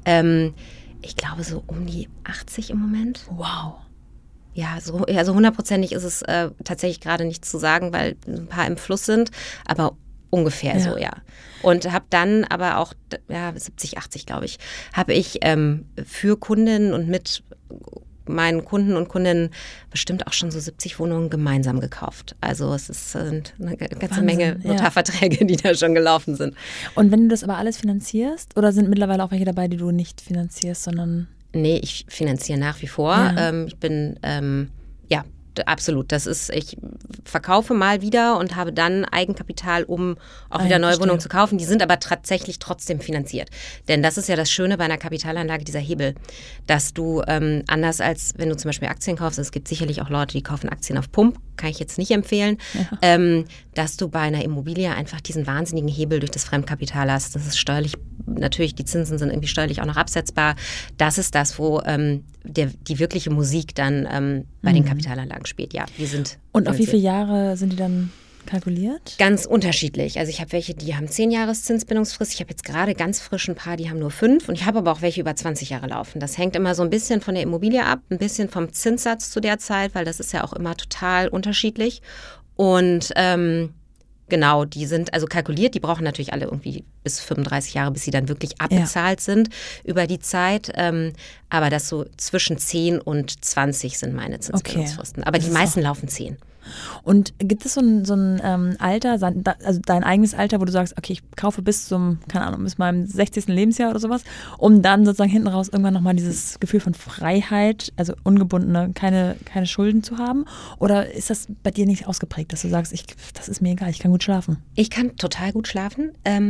Ich glaube so um die 80 im Moment. Wow. Ja, so 100%ig ist es tatsächlich gerade nicht zu sagen, weil ein paar im Fluss sind, aber ungefähr so, ja. Und habe dann aber auch, 70, 80 glaube ich, habe ich für Kundinnen und mit meinen Kunden und Kundinnen bestimmt auch schon so 70 Wohnungen gemeinsam gekauft. Also sind eine ganze Menge Notarverträge, die da schon gelaufen sind. Und wenn du das aber alles finanzierst, oder sind mittlerweile auch welche dabei, die du nicht finanzierst, sondern... Nee, ich finanziere nach wie vor. Ja. Ich bin, absolut. Ich verkaufe mal wieder und habe dann Eigenkapital, um auch wieder neue Wohnungen zu kaufen. Die sind aber tatsächlich trotzdem finanziert. Denn das ist ja das Schöne bei einer Kapitalanlage, dieser Hebel, dass du anders als wenn du zum Beispiel Aktien kaufst, es gibt sicherlich auch Leute, die kaufen Aktien auf Pump, kann ich jetzt nicht empfehlen, dass du bei einer Immobilie einfach diesen wahnsinnigen Hebel durch das Fremdkapital hast. Das ist steuerlich, natürlich, die Zinsen sind irgendwie steuerlich auch noch absetzbar. Das ist das, wo die wirkliche Musik dann bei den Kapitalanlagen spielt. Ja, wir sind. Und auf wie viele Jahre sind die dann kalkuliert? Ganz unterschiedlich. Also ich habe welche, die haben 10 Jahres Zinsbindungsfrist. Ich habe jetzt gerade ganz frisch ein paar, die haben nur 5. Und ich habe aber auch welche über 20 Jahre laufen. Das hängt immer so ein bisschen von der Immobilie ab, ein bisschen vom Zinssatz zu der Zeit, weil das ist ja auch immer total unterschiedlich. Und genau, die sind also kalkuliert, die brauchen natürlich alle irgendwie bis 35 Jahre, bis sie dann wirklich abbezahlt sind über die Zeit. Aber das so zwischen 10 und 20 sind meine Zinsbindungsfristen. Aber die meisten laufen 10. Und gibt es so ein Alter, also dein eigenes Alter, wo du sagst, okay, ich kaufe bis meinem 60. Lebensjahr oder sowas, um dann sozusagen hinten raus irgendwann nochmal dieses Gefühl von Freiheit, also ungebundene, keine Schulden zu haben? Oder ist das bei dir nicht ausgeprägt, dass du sagst, das ist mir egal, ich kann gut schlafen? Ich kann total gut schlafen. Es hat sehr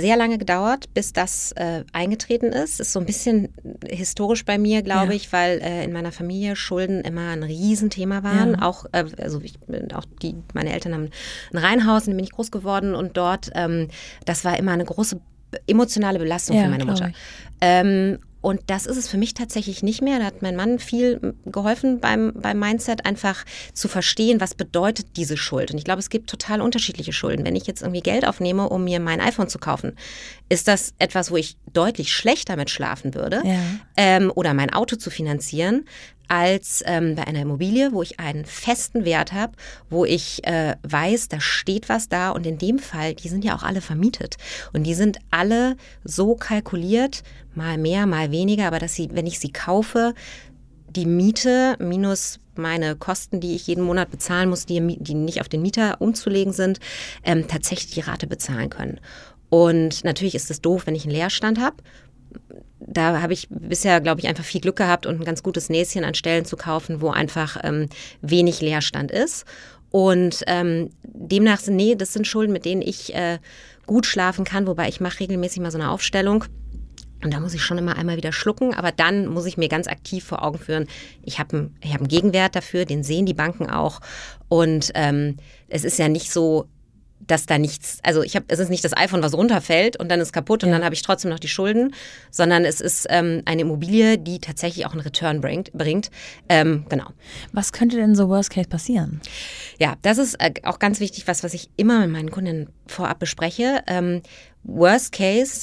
sehr lange gedauert, bis das eingetreten ist. Ist so ein bisschen historisch bei mir, glaube ich, weil in meiner Familie Schulden immer ein Riesenthema waren. Ja. Auch, meine Eltern haben ein Reihenhaus, in dem bin ich groß geworden und dort, das war immer eine große emotionale Belastung für meine Mutter. Und das ist es für mich tatsächlich nicht mehr. Da hat mein Mann viel geholfen beim Mindset, einfach zu verstehen, was bedeutet diese Schuld. Und ich glaube, es gibt total unterschiedliche Schulden. Wenn ich jetzt irgendwie Geld aufnehme, um mir mein iPhone zu kaufen, ist das etwas, wo ich deutlich schlechter mit schlafen würde, oder mein Auto zu finanzieren, als bei einer Immobilie, wo ich einen festen Wert habe, wo ich weiß, da steht was da. Und in dem Fall, die sind ja auch alle vermietet. Und die sind alle so kalkuliert, mal mehr, mal weniger, aber dass sie, wenn ich sie kaufe, die Miete minus meine Kosten, die ich jeden Monat bezahlen muss, die nicht auf den Mieter umzulegen sind, tatsächlich die Rate bezahlen können. Und natürlich ist es doof, wenn ich einen Leerstand habe. Da habe ich bisher, glaube ich, einfach viel Glück gehabt und ein ganz gutes Näschen an Stellen zu kaufen, wo einfach wenig Leerstand ist. Und demnach das sind Schulden, mit denen ich gut schlafen kann, wobei ich mache regelmäßig mal so eine Aufstellung. Und da muss ich schon immer einmal wieder schlucken, aber dann muss ich mir ganz aktiv vor Augen führen, ich habe einen Gegenwert dafür, den sehen die Banken auch. Und es ist ja nicht so, dass da nichts, also es ist nicht das iPhone, was runterfällt und dann ist kaputt und dann habe ich trotzdem noch die Schulden, sondern es ist eine Immobilie, die tatsächlich auch einen Return bringt. Genau. Was könnte denn so Worst Case passieren? Ja, das ist auch ganz wichtig, was ich immer mit meinen Kunden vorab bespreche. Worst Case,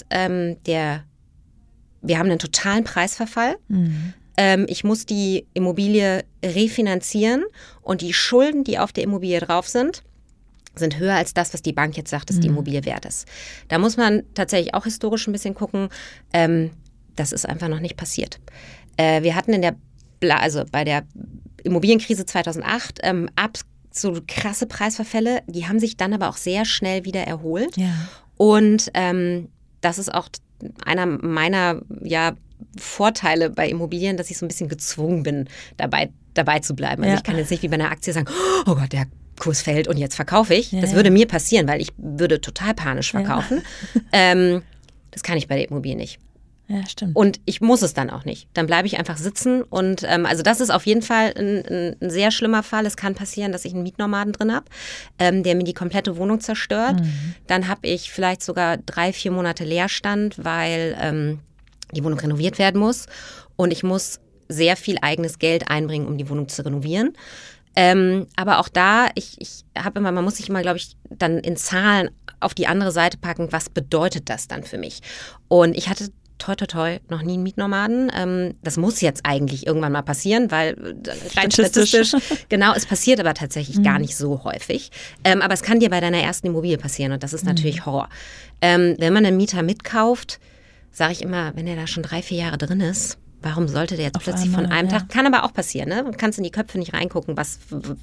wir haben einen totalen Preisverfall. Mhm. Ich muss die Immobilie refinanzieren und die Schulden, die auf der Immobilie drauf sind höher als das, was die Bank jetzt sagt, dass die Immobilie wert ist. Da muss man tatsächlich auch historisch ein bisschen gucken. Das ist einfach noch nicht passiert. Wir hatten bei der Immobilienkrise 2008 absolut krasse Preisverfälle. Die haben sich dann aber auch sehr schnell wieder erholt. Ja. Und das ist auch einer meiner Vorteile bei Immobilien, dass ich so ein bisschen gezwungen bin, dabei zu bleiben. Also ich kann jetzt nicht wie bei einer Aktie sagen, oh Gott, der Kurs fällt und jetzt verkaufe ich. Das würde mir passieren, weil ich würde total panisch verkaufen. Das kann ich bei der Immobilie nicht. Ja, stimmt. Und ich muss es dann auch nicht. Dann bleibe ich einfach sitzen und also das ist auf jeden Fall ein sehr schlimmer Fall. Es kann passieren, dass ich einen Mietnomaden drin habe, der mir die komplette Wohnung zerstört. Dann habe ich vielleicht sogar 3-4 Monate Leerstand, weil die Wohnung renoviert werden muss und ich muss sehr viel eigenes Geld einbringen, um die Wohnung zu renovieren. Aber auch da, man muss sich immer, glaube ich, dann in Zahlen auf die andere Seite packen, was bedeutet das dann für mich? Und ich hatte toi toi toi noch nie einen Mietnomaden. Das muss jetzt eigentlich irgendwann mal passieren, weil rein statistisch, genau, es passiert aber tatsächlich gar nicht so häufig. Aber es kann dir bei deiner ersten Immobilie passieren und das ist natürlich Horror. Wenn man einen Mieter mitkauft, sage ich immer, wenn er da schon 3-4 Jahre drin ist, warum sollte der jetzt plötzlich von einem Tag, kann aber auch passieren, ne? Du kannst in die Köpfe nicht reingucken, was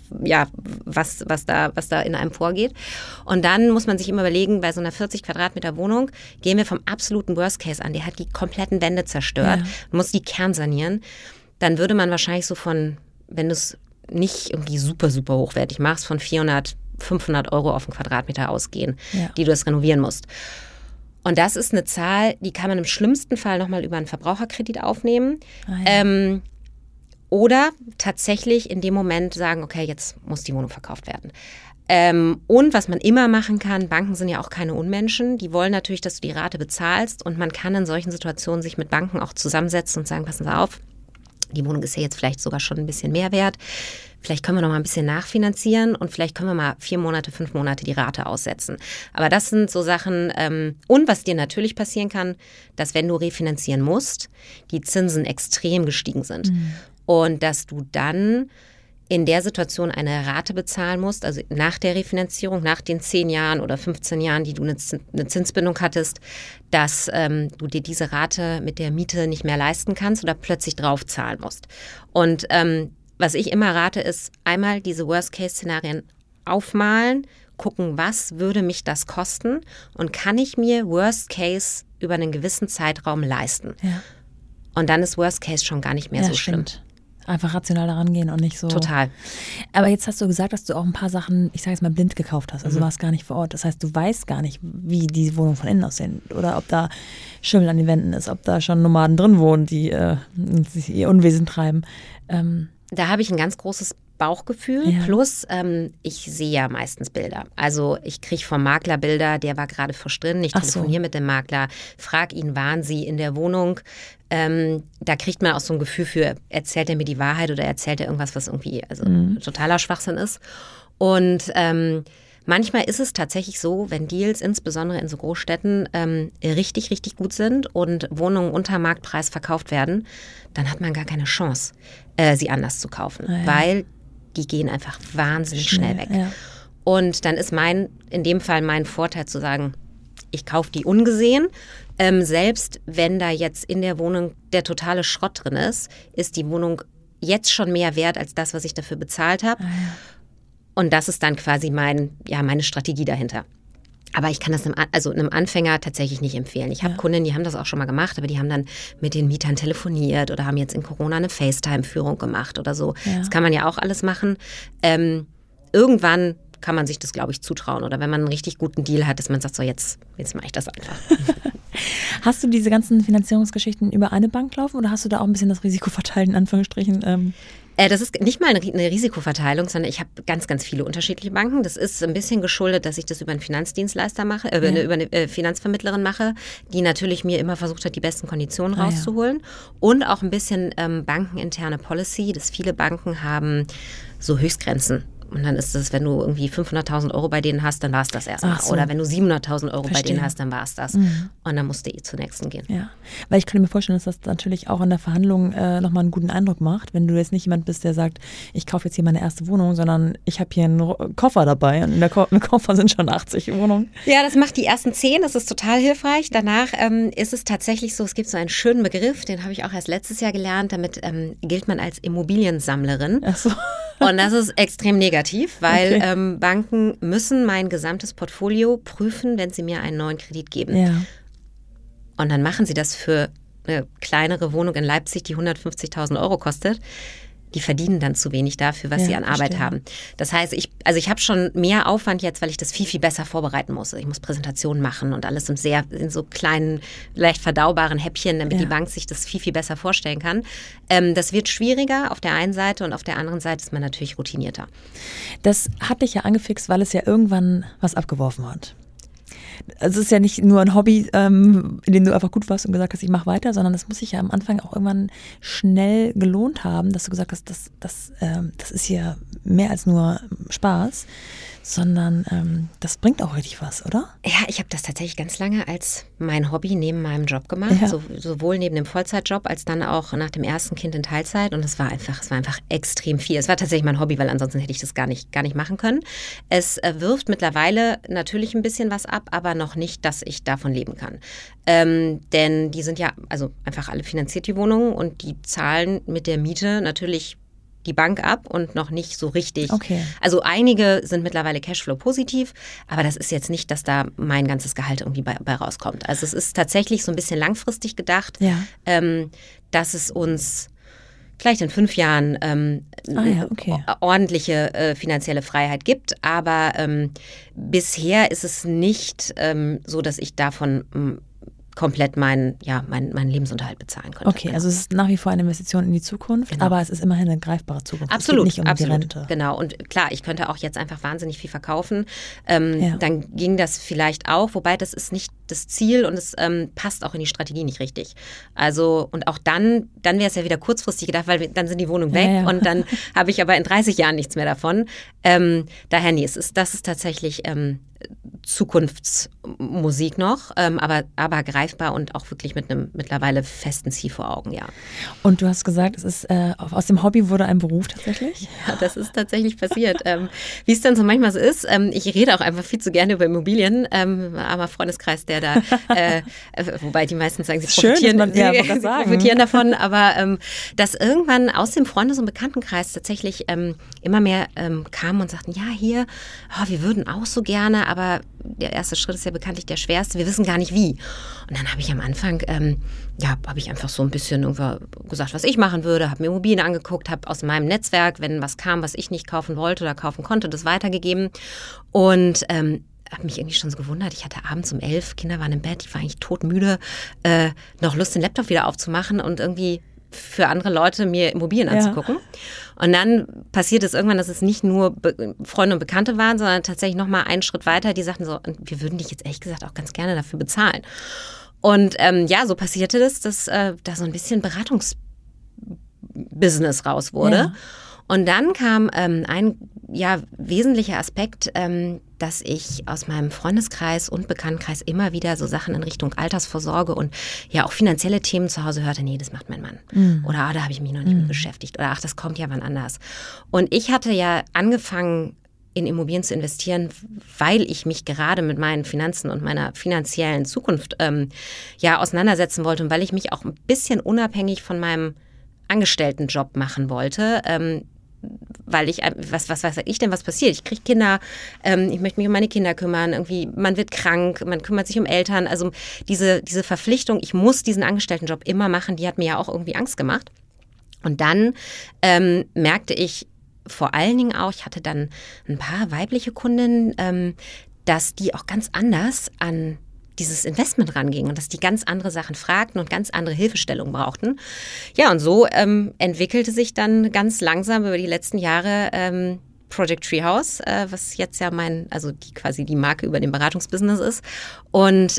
da in einem vorgeht. Und dann muss man sich immer überlegen, bei so einer 40 Quadratmeter Wohnung gehen wir vom absoluten Worst Case an. Der hat die kompletten Wände zerstört, muss die kernsanieren. Dann würde man wahrscheinlich so von, wenn du es nicht irgendwie super, super hochwertig machst, von 400, 500 Euro auf den Quadratmeter ausgehen, die du das renovieren musst. Und das ist eine Zahl, die kann man im schlimmsten Fall nochmal über einen Verbraucherkredit aufnehmen. Oder tatsächlich in dem Moment sagen, okay, jetzt muss die Wohnung verkauft werden. Und was man immer machen kann, Banken sind ja auch keine Unmenschen, die wollen natürlich, dass du die Rate bezahlst und man kann in solchen Situationen sich mit Banken auch zusammensetzen und sagen, passen Sie auf, die Wohnung ist ja jetzt vielleicht sogar schon ein bisschen mehr wert. Vielleicht können wir noch mal ein bisschen nachfinanzieren und vielleicht können wir mal 4 Monate, 5 Monate die Rate aussetzen. Aber das sind so Sachen, und was dir natürlich passieren kann, dass wenn du refinanzieren musst, die Zinsen extrem gestiegen sind. Und dass du dann in der Situation eine Rate bezahlen musst, also nach der Refinanzierung, nach den 10 Jahren oder 15 Jahren, die du eine Zinsbindung hattest, dass du dir diese Rate mit der Miete nicht mehr leisten kannst oder plötzlich draufzahlen musst. Und was ich immer rate, ist einmal diese Worst-Case-Szenarien aufmalen, gucken, was würde mich das kosten und kann ich mir Worst-Case über einen gewissen Zeitraum leisten. Ja. Und dann ist Worst-Case schon gar nicht mehr so schlimm. Einfach rational daran gehen und nicht so. Total. Aber jetzt hast du gesagt, dass du auch ein paar Sachen, ich sage jetzt mal, blind gekauft hast. Also du warst gar nicht vor Ort. Das heißt, du weißt gar nicht, wie die Wohnungen von innen aussehen. Oder ob da Schimmel an den Wänden ist, ob da schon Nomaden drin wohnen, die ihr Unwesen treiben. Da habe ich ein ganz großes Bauchgefühl, plus ich sehe ja meistens Bilder. Also ich kriege vom Makler Bilder, der war gerade frisch drin, ich telefoniere mit dem Makler, frage ihn, waren Sie in der Wohnung? Da kriegt man auch so ein Gefühl für, erzählt er mir die Wahrheit oder erzählt er irgendwas, was irgendwie totaler Schwachsinn ist. Und manchmal ist es tatsächlich so, wenn Deals insbesondere in so Großstädten richtig, richtig gut sind und Wohnungen unter Marktpreis verkauft werden, dann hat man gar keine Chance, sie anders zu kaufen, weil die gehen einfach wahnsinnig schnell weg. Ja. Und dann ist in dem Fall mein Vorteil zu sagen, ich kaufe die ungesehen. Selbst wenn da jetzt in der Wohnung der totale Schrott drin ist die Wohnung jetzt schon mehr wert als das, was ich dafür bezahlt habe. Und das ist dann quasi meine Strategie dahinter. Aber ich kann das einem Anfänger tatsächlich nicht empfehlen. Ich habe Kunden, die haben das auch schon mal gemacht, aber die haben dann mit den Mietern telefoniert oder haben jetzt in Corona eine FaceTime-Führung gemacht oder so. Ja. Das kann man ja auch alles machen. Irgendwann kann man sich das, glaube ich, zutrauen. Oder wenn man einen richtig guten Deal hat, dass man sagt, so jetzt mache ich das einfach. Hast du diese ganzen Finanzierungsgeschichten über eine Bank laufen oder hast du da auch ein bisschen das Risiko verteilt, in Anführungsstrichen? Das ist nicht mal eine Risikoverteilung, sondern ich habe ganz, ganz viele unterschiedliche Banken. Das ist ein bisschen geschuldet, dass ich das über einen Finanzdienstleister mache, über eine Finanzvermittlerin mache, die natürlich mir immer versucht hat, die besten Konditionen rauszuholen. Und auch ein bisschen bankeninterne Policy, dass viele Banken haben so Höchstgrenzen. Und dann ist es, wenn du irgendwie 500.000 € bei denen hast, dann war es das erstmal. So. Oder wenn du 700.000 € bei denen hast, dann war es das. Und dann musst du zur nächsten gehen. Ja, weil ich könnte mir vorstellen, dass das natürlich auch in der Verhandlung nochmal einen guten Eindruck macht, wenn du jetzt nicht jemand bist, der sagt, ich kaufe jetzt hier meine erste Wohnung, sondern ich habe hier einen Koffer dabei und im Koffer sind schon 80 Wohnungen. Ja, das macht die ersten 10, das ist total hilfreich. Danach ist es tatsächlich so, es gibt so einen schönen Begriff, den habe ich auch erst letztes Jahr gelernt, damit gilt man als Immobiliensammlerin. Ach so. Und das ist extrem negativ, weil Banken müssen mein gesamtes Portfolio prüfen, wenn sie mir einen neuen Kredit geben. Ja. Und dann machen sie das für eine kleinere Wohnung in Leipzig, die 150.000 € kostet. Die verdienen dann zu wenig dafür, was sie an Arbeit haben. Das heißt, ich habe schon mehr Aufwand jetzt, weil ich das viel, viel besser vorbereiten muss. Ich muss Präsentationen machen und alles in so kleinen, leicht verdaubaren Häppchen, damit die Bank sich das viel, viel besser vorstellen kann. Das wird schwieriger auf der einen Seite und auf der anderen Seite ist man natürlich routinierter. Das hat dich ja angefixt, weil es ja irgendwann was abgeworfen hat. Also es ist ja nicht nur ein Hobby, in dem du einfach gut warst und gesagt hast, ich mache weiter, sondern das muss sich ja am Anfang auch irgendwann schnell gelohnt haben, dass du gesagt hast, das ist hier mehr als nur Spaß, sondern das bringt auch richtig was, oder? Ja, ich habe das tatsächlich ganz lange als mein Hobby neben meinem Job gemacht, sowohl neben dem Vollzeitjob als dann auch nach dem ersten Kind in Teilzeit und es war einfach extrem viel. Es war tatsächlich mein Hobby, weil ansonsten hätte ich das gar nicht machen können. Es wirft mittlerweile natürlich ein bisschen was ab, aber noch nicht, dass ich davon leben kann. Denn die sind ja also einfach alle finanziert, die Wohnungen, und die zahlen mit der Miete natürlich die Bank ab und noch nicht so richtig. Okay. Also einige sind mittlerweile Cashflow-positiv, aber das ist jetzt nicht, dass da mein ganzes Gehalt irgendwie bei rauskommt. Also es ist tatsächlich so ein bisschen langfristig gedacht, dass es uns vielleicht in 5 Jahren ordentliche finanzielle Freiheit gibt. Aber bisher ist es nicht so, dass ich davon komplett meinen Lebensunterhalt bezahlen könnte. Okay, also es ist nach wie vor eine Investition in die Zukunft, aber es ist immerhin eine greifbare Zukunft. Absolut, es geht nicht um die Rente. Genau. Und klar, ich könnte auch jetzt einfach wahnsinnig viel verkaufen. Dann ging das vielleicht auch, wobei das ist nicht das Ziel und es passt auch in die Strategie nicht richtig. Also und auch dann wäre es ja wieder kurzfristig gedacht, weil dann sind die Wohnungen weg und dann habe ich aber in 30 Jahren nichts mehr davon. Daher das ist tatsächlich Zukunftsmusik noch, aber greifbar und auch wirklich mit einem mittlerweile festen Ziel vor Augen, ja. Und du hast gesagt, es ist aus dem Hobby wurde ein Beruf tatsächlich? Ja, das ist tatsächlich passiert. Wie es dann so manchmal so ist, ich rede auch einfach viel zu gerne über Immobilien, armer Freundeskreis, der oder wobei die meisten sagen, sie profitieren davon, aber dass irgendwann aus dem Freundes- und Bekanntenkreis tatsächlich immer mehr kamen und sagten, ja, hier, wir würden auch so gerne, aber der erste Schritt ist ja bekanntlich der schwerste, wir wissen gar nicht wie. Und dann habe ich am Anfang, habe ich einfach so ein bisschen gesagt, was ich machen würde, habe mir Immobilien angeguckt, habe aus meinem Netzwerk, wenn was kam, was ich nicht kaufen wollte oder kaufen konnte, das weitergegeben und habe mich irgendwie schon so gewundert. Ich hatte abends um 11, Kinder waren im Bett, ich war eigentlich todmüde, noch Lust, den Laptop wieder aufzumachen und irgendwie für andere Leute mir Immobilien anzugucken. Und dann passiert es irgendwann, dass es nicht nur Freunde und Bekannte waren, sondern tatsächlich noch mal einen Schritt weiter, die sagten so, wir würden dich jetzt ehrlich gesagt auch ganz gerne dafür bezahlen. Und so passierte das, dass da so ein bisschen Beratungsbusiness raus wurde. Ja. Und dann kam ein wesentlicher Aspekt, dass ich aus meinem Freundeskreis und Bekanntenkreis immer wieder so Sachen in Richtung Altersvorsorge und ja auch finanzielle Themen zu Hause hörte, nee, das macht mein Mann. Oder da habe ich mich noch nicht mit beschäftigt. Oder das kommt ja wann anders. Und ich hatte ja angefangen, in Immobilien zu investieren, weil ich mich gerade mit meinen Finanzen und meiner finanziellen Zukunft auseinandersetzen wollte und weil ich mich auch ein bisschen unabhängig von meinem Angestelltenjob machen wollte, weil ich, was weiß ich denn, was passiert? Ich kriege Kinder, ich möchte mich um meine Kinder kümmern, irgendwie, man wird krank, man kümmert sich um Eltern, also diese Verpflichtung, ich muss diesen Angestelltenjob immer machen, die hat mir ja auch irgendwie Angst gemacht. Und dann merkte ich vor allen Dingen auch, ich hatte dann ein paar weibliche Kundinnen, dass die auch ganz anders an dieses Investment rangingen und dass die ganz andere Sachen fragten und ganz andere Hilfestellungen brauchten. Ja, und so entwickelte sich dann ganz langsam über die letzten Jahre Project Treehouse, was jetzt ja quasi die Marke über dem Beratungsbusiness ist. Und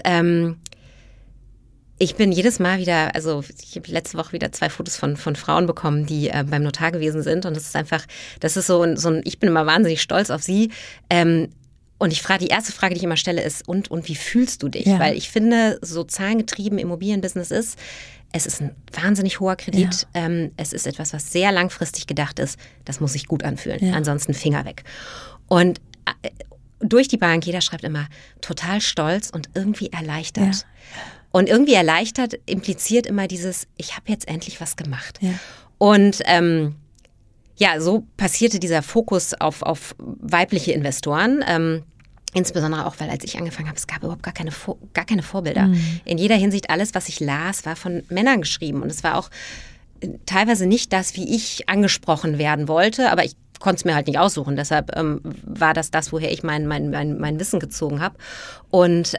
ich bin jedes Mal wieder, ich habe letzte Woche wieder 2 Fotos von Frauen bekommen, die beim Notar gewesen sind. Und das ist einfach, ich bin immer wahnsinnig stolz auf sie. Und die erste Frage, die ich immer stelle, ist, und wie fühlst du dich? Ja. Weil ich finde, so zahlengetrieben Immobilienbusiness es ist ein wahnsinnig hoher Kredit. Ja. Es ist etwas, was sehr langfristig gedacht ist. Das muss sich gut anfühlen. Ja. Ansonsten Finger weg. Und durch die Bank, jeder schreibt immer, total stolz und irgendwie erleichtert. Ja. Und irgendwie erleichtert impliziert immer dieses, ich habe jetzt endlich was gemacht. Ja. Und so passierte dieser Fokus auf weibliche Investoren. Insbesondere auch, weil als ich angefangen habe, es gab überhaupt gar keine Vorbilder. In jeder Hinsicht, alles, was ich las, war von Männern geschrieben. Und es war auch teilweise nicht das, wie ich angesprochen werden wollte, aber ich konnte es mir halt nicht aussuchen. Deshalb war das, woher ich mein Wissen gezogen habe. Und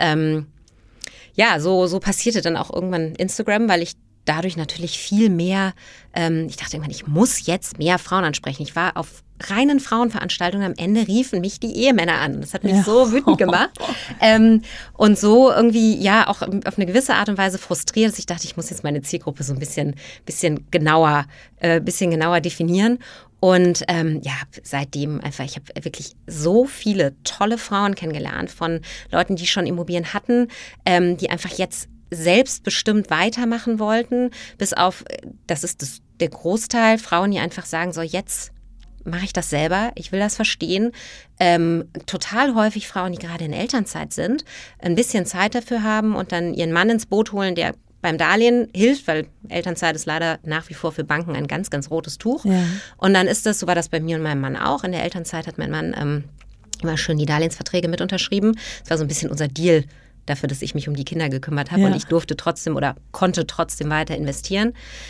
so passierte dann auch irgendwann Instagram, weil ich dadurch natürlich viel mehr, ich dachte irgendwann, ich muss jetzt mehr Frauen ansprechen. Ich war auf reinen Frauenveranstaltungen, am Ende riefen mich die Ehemänner an. Das hat mich so wütend gemacht und so irgendwie auch auf eine gewisse Art und Weise frustriert, dass ich dachte, ich muss jetzt meine Zielgruppe so ein bisschen genauer definieren. Und seitdem einfach, ich habe wirklich so viele tolle Frauen kennengelernt von Leuten, die schon Immobilien hatten, die einfach jetzt selbstbestimmt weitermachen wollten, bis auf, das ist der Großteil, Frauen, die einfach sagen, so jetzt mache ich das selber, ich will das verstehen. Total häufig Frauen, die gerade in Elternzeit sind, ein bisschen Zeit dafür haben und dann ihren Mann ins Boot holen, der beim Darlehen hilft, weil Elternzeit ist leider nach wie vor für Banken ein ganz, ganz rotes Tuch. Ja. Und dann ist das, so war das bei mir und meinem Mann auch. In der Elternzeit hat mein Mann immer schön die Darlehensverträge mit unterschrieben. Das war so ein bisschen unser Deal dafür, dass ich mich um die Kinder gekümmert habe und ich durfte trotzdem oder konnte trotzdem weiter investieren.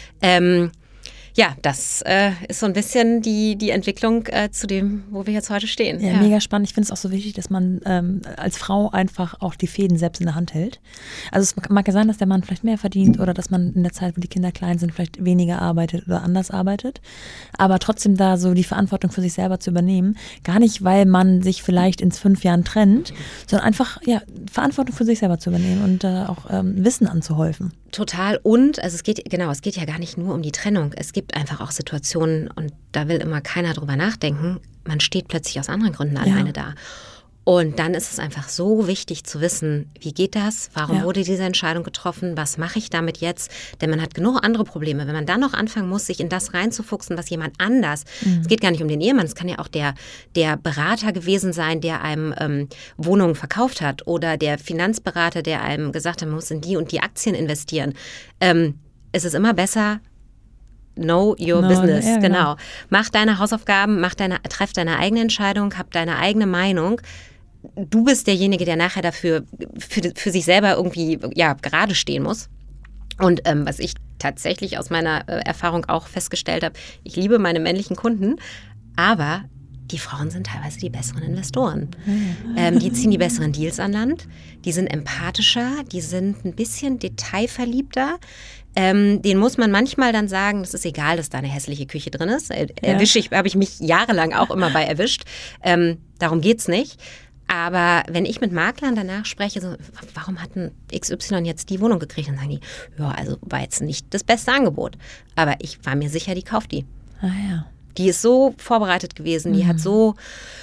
Das ist so ein bisschen die Entwicklung zu dem, wo wir jetzt heute stehen. Ja, mega spannend. Ich finde es auch so wichtig, dass man als Frau einfach auch die Fäden selbst in der Hand hält. Also es mag ja sein, dass der Mann vielleicht mehr verdient oder dass man in der Zeit, wo die Kinder klein sind, vielleicht weniger arbeitet oder anders arbeitet. Aber trotzdem da so die Verantwortung für sich selber zu übernehmen. Gar nicht, weil man sich vielleicht in 5 Jahren trennt, sondern einfach Verantwortung für sich selber zu übernehmen und auch Wissen anzuhäufen. Total. Und es geht ja gar nicht nur um die Trennung. Es gibt einfach auch Situationen, und da will immer keiner drüber nachdenken, man steht plötzlich aus anderen Gründen alleine da. Und dann ist es einfach so wichtig zu wissen, wie geht das? Warum wurde diese Entscheidung getroffen? Was mache ich damit jetzt? Denn man hat genug andere Probleme. Wenn man dann noch anfangen muss, sich in das reinzufuchsen, was jemand anders, es geht gar nicht um den Ehemann, es kann ja auch der Berater gewesen sein, der einem Wohnungen verkauft hat oder der Finanzberater, der einem gesagt hat, man muss in die und die Aktien investieren. Es ist immer besser, know your business, ja, genau. Mach deine Hausaufgaben, treff deine eigene Entscheidung, hab deine eigene Meinung. Du bist derjenige, der nachher dafür für sich selber irgendwie gerade stehen muss. Und was ich tatsächlich aus meiner Erfahrung auch festgestellt habe, ich liebe meine männlichen Kunden, aber die Frauen sind teilweise die besseren Investoren. Die ziehen die besseren Deals an Land, die sind empathischer, die sind ein bisschen detailverliebter. Den muss man manchmal dann sagen, das ist egal, dass da eine hässliche Küche drin ist. Habe ich mich jahrelang auch immer bei erwischt. Darum geht's nicht. Aber wenn ich mit Maklern danach spreche, so, warum hat ein XY jetzt die Wohnung gekriegt? Dann sagen die, also war jetzt nicht das beste Angebot. Aber ich war mir sicher, die kauft die. Ah ja. Die ist so vorbereitet gewesen, die hat so,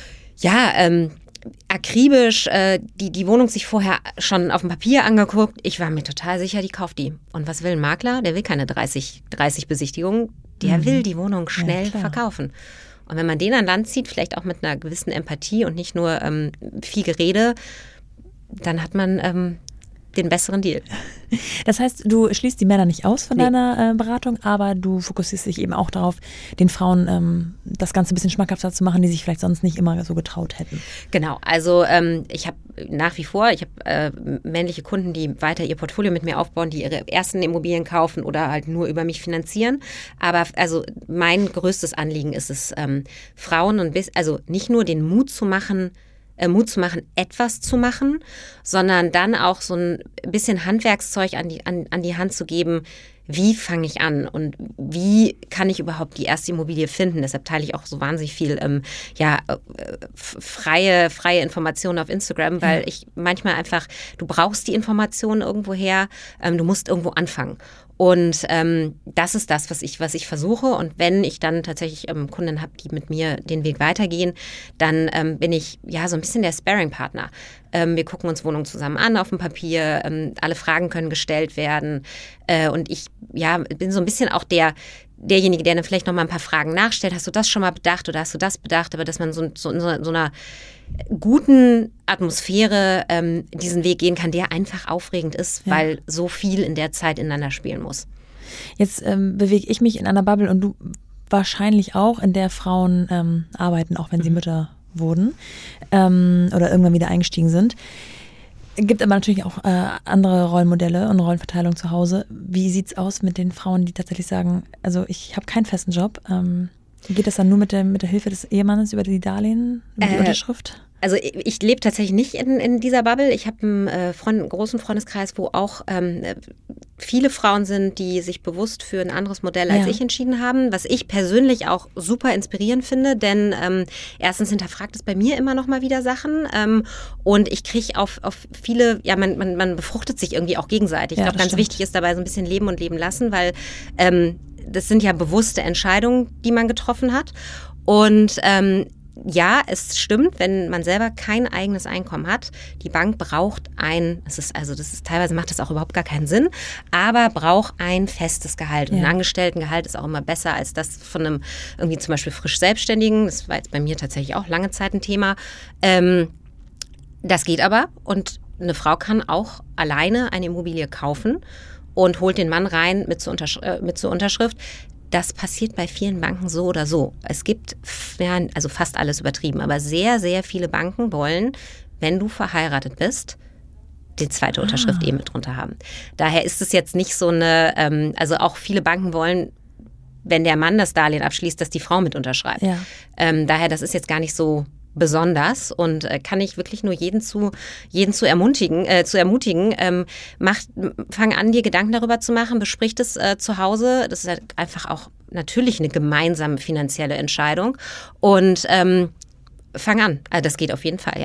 akribisch die Wohnung sich vorher schon auf dem Papier angeguckt. Ich war mir total sicher, die kauft die. Und was will ein Makler? Der will keine 30 Besichtigungen, der will die Wohnung schnell verkaufen. Und wenn man den an Land zieht, vielleicht auch mit einer gewissen Empathie und nicht nur viel Gerede, dann hat man den besseren Deal. Das heißt, du schließt die Männer nicht aus von deiner Beratung, aber du fokussierst dich eben auch darauf, den Frauen das Ganze ein bisschen schmackhafter zu machen, die sich vielleicht sonst nicht immer so getraut hätten. Genau, also ich habe nach wie vor, männliche Kunden, die weiter ihr Portfolio mit mir aufbauen, die ihre ersten Immobilien kaufen oder halt nur über mich finanzieren. Aber also mein größtes Anliegen ist es, Frauen also nicht nur den Mut zu machen, etwas zu machen, sondern dann auch so ein bisschen Handwerkszeug an die Hand zu geben, wie fange ich an und wie kann ich überhaupt die erste Immobilie finden. Deshalb teile ich auch so wahnsinnig viel freie Informationen auf Instagram, weil ich manchmal einfach, du brauchst die Informationen irgendwo her, du musst irgendwo anfangen. Und das ist das, was ich versuche. Und wenn ich dann tatsächlich Kunden habe, die mit mir den Weg weitergehen, dann bin ich so ein bisschen der Sparring-Partner. Wir gucken uns Wohnungen zusammen an auf dem Papier. Alle Fragen können gestellt werden. Und ich bin so ein bisschen auch derjenige, der dann vielleicht noch mal ein paar Fragen nachstellt. Hast du das schon mal bedacht oder hast du das bedacht? Aber dass man so in so einer guten Atmosphäre diesen Weg gehen kann, der einfach aufregend ist, weil so viel in der Zeit ineinander spielen muss. Jetzt bewege ich mich in einer Bubble und du wahrscheinlich auch, in der Frauen arbeiten, auch wenn sie Mütter wurden oder irgendwann wieder eingestiegen sind. Gibt aber natürlich auch andere Rollenmodelle und Rollenverteilung zu Hause. Wie sieht's aus mit den Frauen, die tatsächlich sagen, also ich habe keinen festen Job? Geht das dann nur mit der Hilfe des Ehemannes über die Darlehen, über die Unterschrift? Also ich lebe tatsächlich nicht in dieser Bubble. Ich habe einen großen Freundeskreis, wo auch viele Frauen sind, die sich bewusst für ein anderes Modell als ich entschieden haben, was ich persönlich auch super inspirierend finde, denn erstens hinterfragt es bei mir immer noch mal wieder Sachen und ich kriege auf viele, man befruchtet sich irgendwie auch gegenseitig. Ich glaube, ganz wichtig ist dabei so ein bisschen leben und leben lassen, weil das sind ja bewusste Entscheidungen, die man getroffen hat und es stimmt, wenn man selber kein eigenes Einkommen hat, die Bank braucht teilweise macht das auch überhaupt gar keinen Sinn, aber braucht ein festes Gehalt. Und ein Angestelltengehalt ist auch immer besser als das von einem irgendwie zum Beispiel frisch Selbstständigen. Das war jetzt bei mir tatsächlich auch lange Zeit ein Thema. Das geht aber und eine Frau kann auch alleine eine Immobilie kaufen und holt den Mann rein mit zur Unterschrift. Das passiert bei vielen Banken so oder so. Es gibt, also fast alles übertrieben, aber sehr, sehr viele Banken wollen, wenn du verheiratet bist, die zweite Unterschrift eben mit drunter haben. Daher ist es jetzt nicht so also auch viele Banken wollen, wenn der Mann das Darlehen abschließt, dass die Frau mit unterschreibt. Ja. Daher, das ist jetzt gar nicht so besonders und kann ich wirklich nur jeden zu ermutigen, fang an, dir Gedanken darüber zu machen, besprich das zu Hause. Das ist halt einfach auch natürlich eine gemeinsame finanzielle Entscheidung und fang an. Also das geht auf jeden Fall, ja.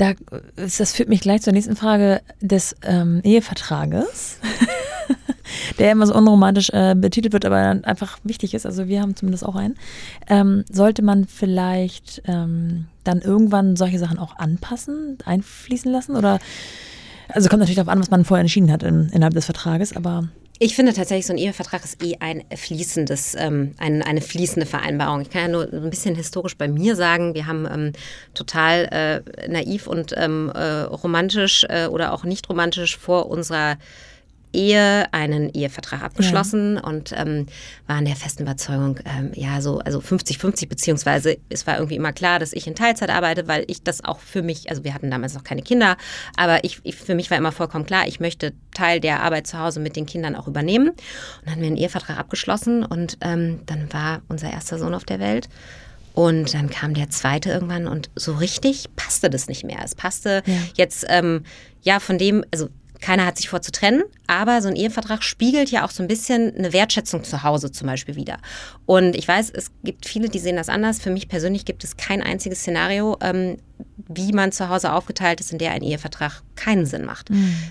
Das führt mich gleich zur nächsten Frage des Ehevertrages. der immer so unromantisch betitelt wird, aber einfach wichtig ist. Also wir haben zumindest auch einen. Sollte man vielleicht dann irgendwann solche Sachen auch anpassen, einfließen lassen? Oder, also kommt natürlich darauf an, was man vorher entschieden hat innerhalb des Vertrages, aber... Ich finde tatsächlich, so ein Ehevertrag ist ein fließendes, eine fließende Vereinbarung. Ich kann ja nur ein bisschen historisch bei mir sagen, wir haben total naiv und romantisch oder auch nicht romantisch vor unserer Ehe einen Ehevertrag abgeschlossen und waren der festen Überzeugung, also 50-50, beziehungsweise es war irgendwie immer klar, dass ich in Teilzeit arbeite, weil ich das auch für mich, also wir hatten damals noch keine Kinder, aber für mich war immer vollkommen klar, ich möchte Teil der Arbeit zu Hause mit den Kindern auch übernehmen. Und dann haben wir einen Ehevertrag abgeschlossen und dann war unser erster Sohn auf der Welt. Und dann kam der zweite irgendwann und so richtig passte das nicht mehr. Es passte jetzt, von dem, also keiner hat sich vor zu trennen, aber so ein Ehevertrag spiegelt ja auch so ein bisschen eine Wertschätzung zu Hause zum Beispiel wider. Und ich weiß, es gibt viele, die sehen das anders. Für mich persönlich gibt es kein einziges Szenario, wie man zu Hause aufgeteilt ist, in der ein Ehevertrag keinen Sinn macht.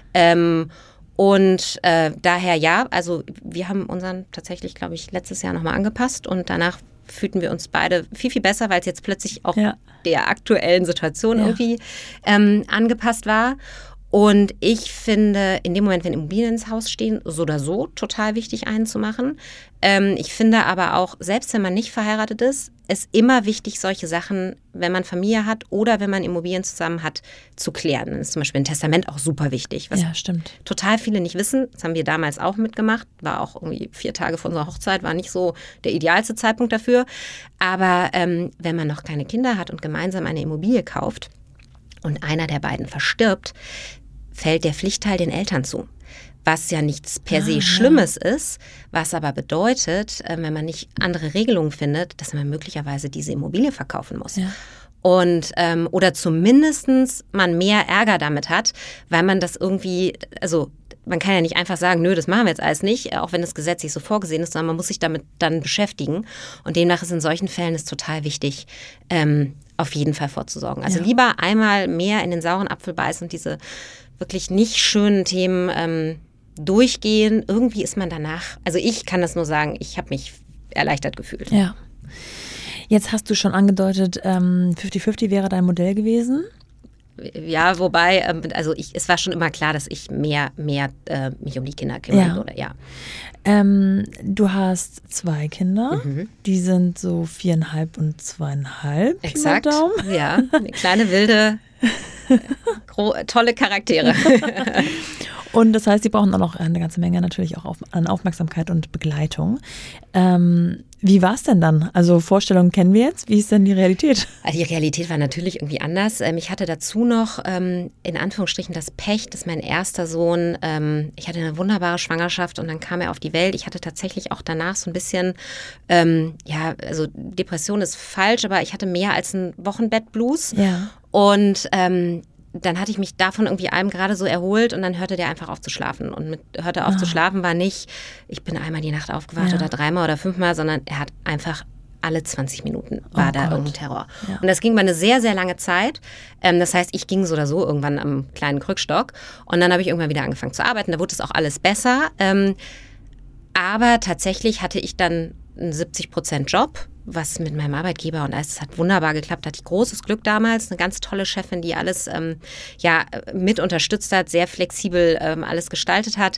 Daher also wir haben unseren tatsächlich, glaube ich, letztes Jahr nochmal angepasst und danach fühlten wir uns beide viel, viel besser, weil es jetzt plötzlich auch der aktuellen Situation irgendwie angepasst war. Und ich finde, in dem Moment, wenn Immobilien ins Haus stehen, so oder so total wichtig, einen zu machen. Ich finde aber auch, selbst wenn man nicht verheiratet ist immer wichtig, solche Sachen, wenn man Familie hat oder wenn man Immobilien zusammen hat, zu klären. Dann ist zum Beispiel ein Testament auch super wichtig. Was stimmt. Total viele nicht wissen. Das haben wir damals auch mitgemacht. War auch irgendwie 4 Tage vor unserer Hochzeit, war nicht so der idealste Zeitpunkt dafür. Aber wenn man noch keine Kinder hat und gemeinsam eine Immobilie kauft und einer der beiden verstirbt, fällt der Pflichtteil den Eltern zu. Was ja nichts per se Schlimmes ist, was aber bedeutet, wenn man nicht andere Regelungen findet, dass man möglicherweise diese Immobilie verkaufen muss. Ja. Und oder zumindest man mehr Ärger damit hat, weil man das irgendwie, also man kann ja nicht einfach sagen, nö, das machen wir jetzt alles nicht, auch wenn das gesetzlich so vorgesehen ist, sondern man muss sich damit dann beschäftigen. Und demnach ist in solchen Fällen es total wichtig, auf jeden Fall vorzusorgen. Also lieber einmal mehr in den sauren Apfel beißen und diese wirklich nicht schönen Themen durchgehen. Irgendwie ist man danach, also ich kann das nur sagen, ich habe mich erleichtert gefühlt. Ja. Jetzt hast du schon angedeutet, 50-50 wäre dein Modell gewesen. Ja, wobei, es war schon immer klar, dass ich mehr mich um die Kinder kümmern würde, Du hast 2 Kinder, die sind so 4,5 und 2,5. Exakt, ja, eine kleine wilde, tolle Charaktere. Und das heißt, sie brauchen auch noch eine ganze Menge natürlich auch an Aufmerksamkeit und Begleitung. Wie war es denn dann? Also Vorstellungen kennen wir jetzt. Wie ist denn die Realität? Die Realität war natürlich irgendwie anders. Ich hatte dazu noch in Anführungsstrichen das Pech, dass mein erster Sohn, ich hatte eine wunderbare Schwangerschaft und dann kam er auf die Welt. Ich hatte tatsächlich auch danach so ein bisschen, also Depression ist falsch, aber ich hatte mehr als einen Wochenbett-Blues. Ja. Und dann hatte ich mich davon irgendwie einem gerade so erholt und dann hörte der einfach auf zu schlafen. Und hörte auf zu schlafen war nicht, ich bin einmal die Nacht aufgewacht oder 3-mal oder 5-mal, sondern er hat einfach alle 20 Minuten war da irgendein Terror. Ja. Und das ging mal eine sehr, sehr lange Zeit. Das heißt, ich ging so oder so irgendwann am kleinen Krückstock und dann habe ich irgendwann wieder angefangen zu arbeiten. Da wurde es auch alles besser. Aber tatsächlich hatte ich dann einen 70% Job, was mit meinem Arbeitgeber und alles, das hat wunderbar geklappt, hatte ich großes Glück damals, eine ganz tolle Chefin, die alles mit unterstützt hat, sehr flexibel alles gestaltet hat,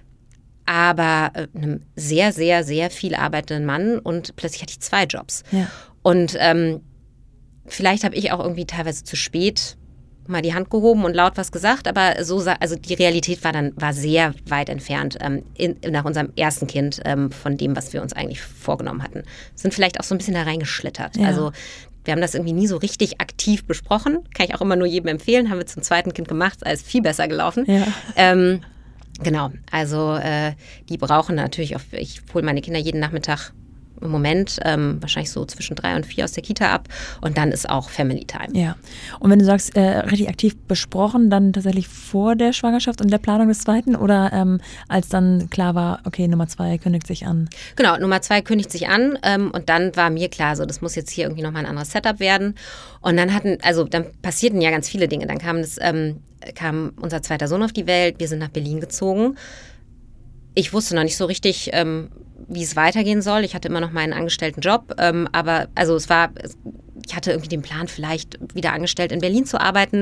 aber einem sehr, sehr, sehr viel arbeitenden Mann und plötzlich hatte ich 2 Jobs. Ja. Und vielleicht habe ich auch irgendwie teilweise zu spät mal die Hand gehoben und laut was gesagt, aber also die Realität war sehr weit entfernt nach unserem ersten Kind von dem, was wir uns eigentlich vorgenommen hatten. Sind vielleicht auch so ein bisschen da reingeschlittert. Ja. Also wir haben das irgendwie nie so richtig aktiv besprochen. Kann ich auch immer nur jedem empfehlen. Haben wir zum zweiten Kind gemacht, ist alles viel besser gelaufen. Ja. Genau, also die brauchen natürlich auch, ich hole meine Kinder jeden Nachmittag im Moment wahrscheinlich so zwischen 3 und 4 aus der Kita ab und dann ist auch Family Time. Ja, und wenn du sagst, richtig aktiv besprochen, dann tatsächlich vor der Schwangerschaft und der Planung des zweiten oder als dann klar war, okay, Nummer 2 kündigt sich an? Genau, Nummer 2 kündigt sich an und dann war mir klar, so das muss jetzt hier irgendwie nochmal ein anderes Setup werden und dann dann passierten ja ganz viele Dinge. Dann kam unser zweiter Sohn auf die Welt, wir sind nach Berlin gezogen. ich wusste noch nicht so richtig, wie es weitergehen soll. Ich hatte immer noch meinen angestellten Job, aber also ich hatte irgendwie den Plan, vielleicht wieder angestellt in Berlin zu arbeiten.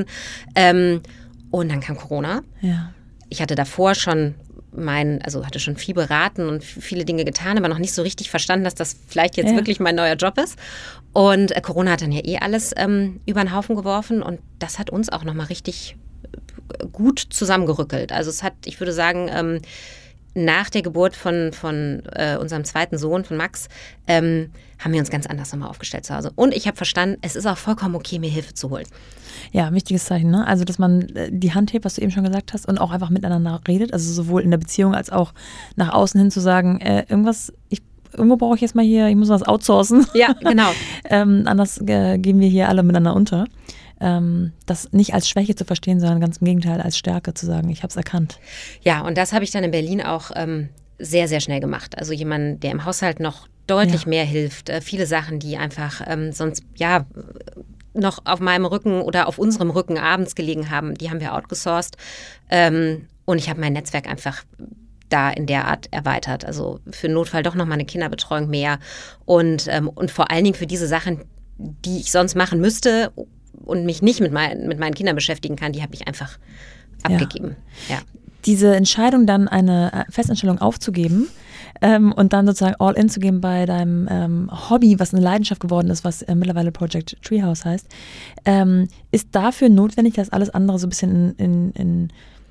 Und dann kam Corona. Ja. Ich hatte davor schon hatte schon viel beraten und viele Dinge getan, aber noch nicht so richtig verstanden, dass das vielleicht jetzt wirklich mein neuer Job ist. Und Corona hat dann ja alles über den Haufen geworfen und das hat uns auch nochmal richtig gut zusammengerückelt. Also ich würde sagen, nach der Geburt von unserem zweiten Sohn, von Max, haben wir uns ganz anders nochmal aufgestellt zu Hause. Und ich habe verstanden, es ist auch vollkommen okay, mir Hilfe zu holen. Ja, wichtiges Zeichen, ne? Also, dass man die Hand hebt, was du eben schon gesagt hast, und auch einfach miteinander redet. Also sowohl in der Beziehung als auch nach außen hin zu sagen, irgendwo brauche ich jetzt mal hier, ich muss was outsourcen. Ja, genau. Anders gehen wir hier alle miteinander unter. Das nicht als Schwäche zu verstehen, sondern ganz im Gegenteil als Stärke zu sagen, ich habe es erkannt. Ja, und das habe ich dann in Berlin auch sehr, sehr schnell gemacht. Also jemand, der im Haushalt noch deutlich mehr hilft. Viele Sachen, die einfach sonst noch auf meinem Rücken oder auf unserem Rücken abends gelegen haben, die haben wir outgesourced. Und ich habe mein Netzwerk einfach da in der Art erweitert. Also für Notfall doch nochmal eine Kinderbetreuung mehr. Und vor allen Dingen für diese Sachen, die ich sonst machen müsste und mich nicht mit meinen Kindern beschäftigen kann, die habe ich einfach abgegeben. Ja. Diese Entscheidung, dann eine Festanstellung aufzugeben und dann sozusagen all in zu gehen bei deinem Hobby, was eine Leidenschaft geworden ist, was mittlerweile Project Treehouse heißt, ist dafür notwendig, dass alles andere so ein bisschen in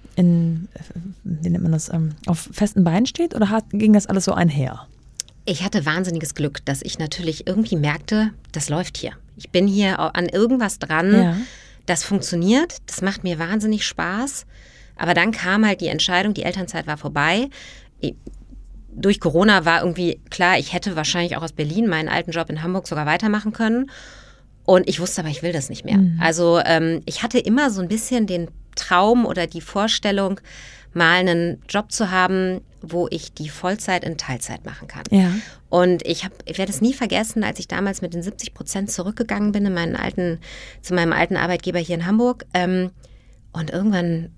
wie nennt man das, auf festen Beinen steht, oder ging das alles so einher? Ich hatte wahnsinniges Glück, dass ich natürlich irgendwie merkte, das läuft hier. Ich bin hier an irgendwas dran, das funktioniert, das macht mir wahnsinnig Spaß. Aber dann kam halt die Entscheidung, die Elternzeit war vorbei. Durch Corona war irgendwie klar, ich hätte wahrscheinlich auch aus Berlin meinen alten Job in Hamburg sogar weitermachen können. Und ich wusste aber, ich will das nicht mehr. Mhm. Also ich hatte immer so ein bisschen den Traum oder die Vorstellung, mal einen Job zu haben, wo ich die Vollzeit in Teilzeit machen kann. Ja. Und ich werde es nie vergessen, als ich damals mit den 70% zurückgegangen bin zu meinem alten Arbeitgeber hier in Hamburg. Und irgendwann,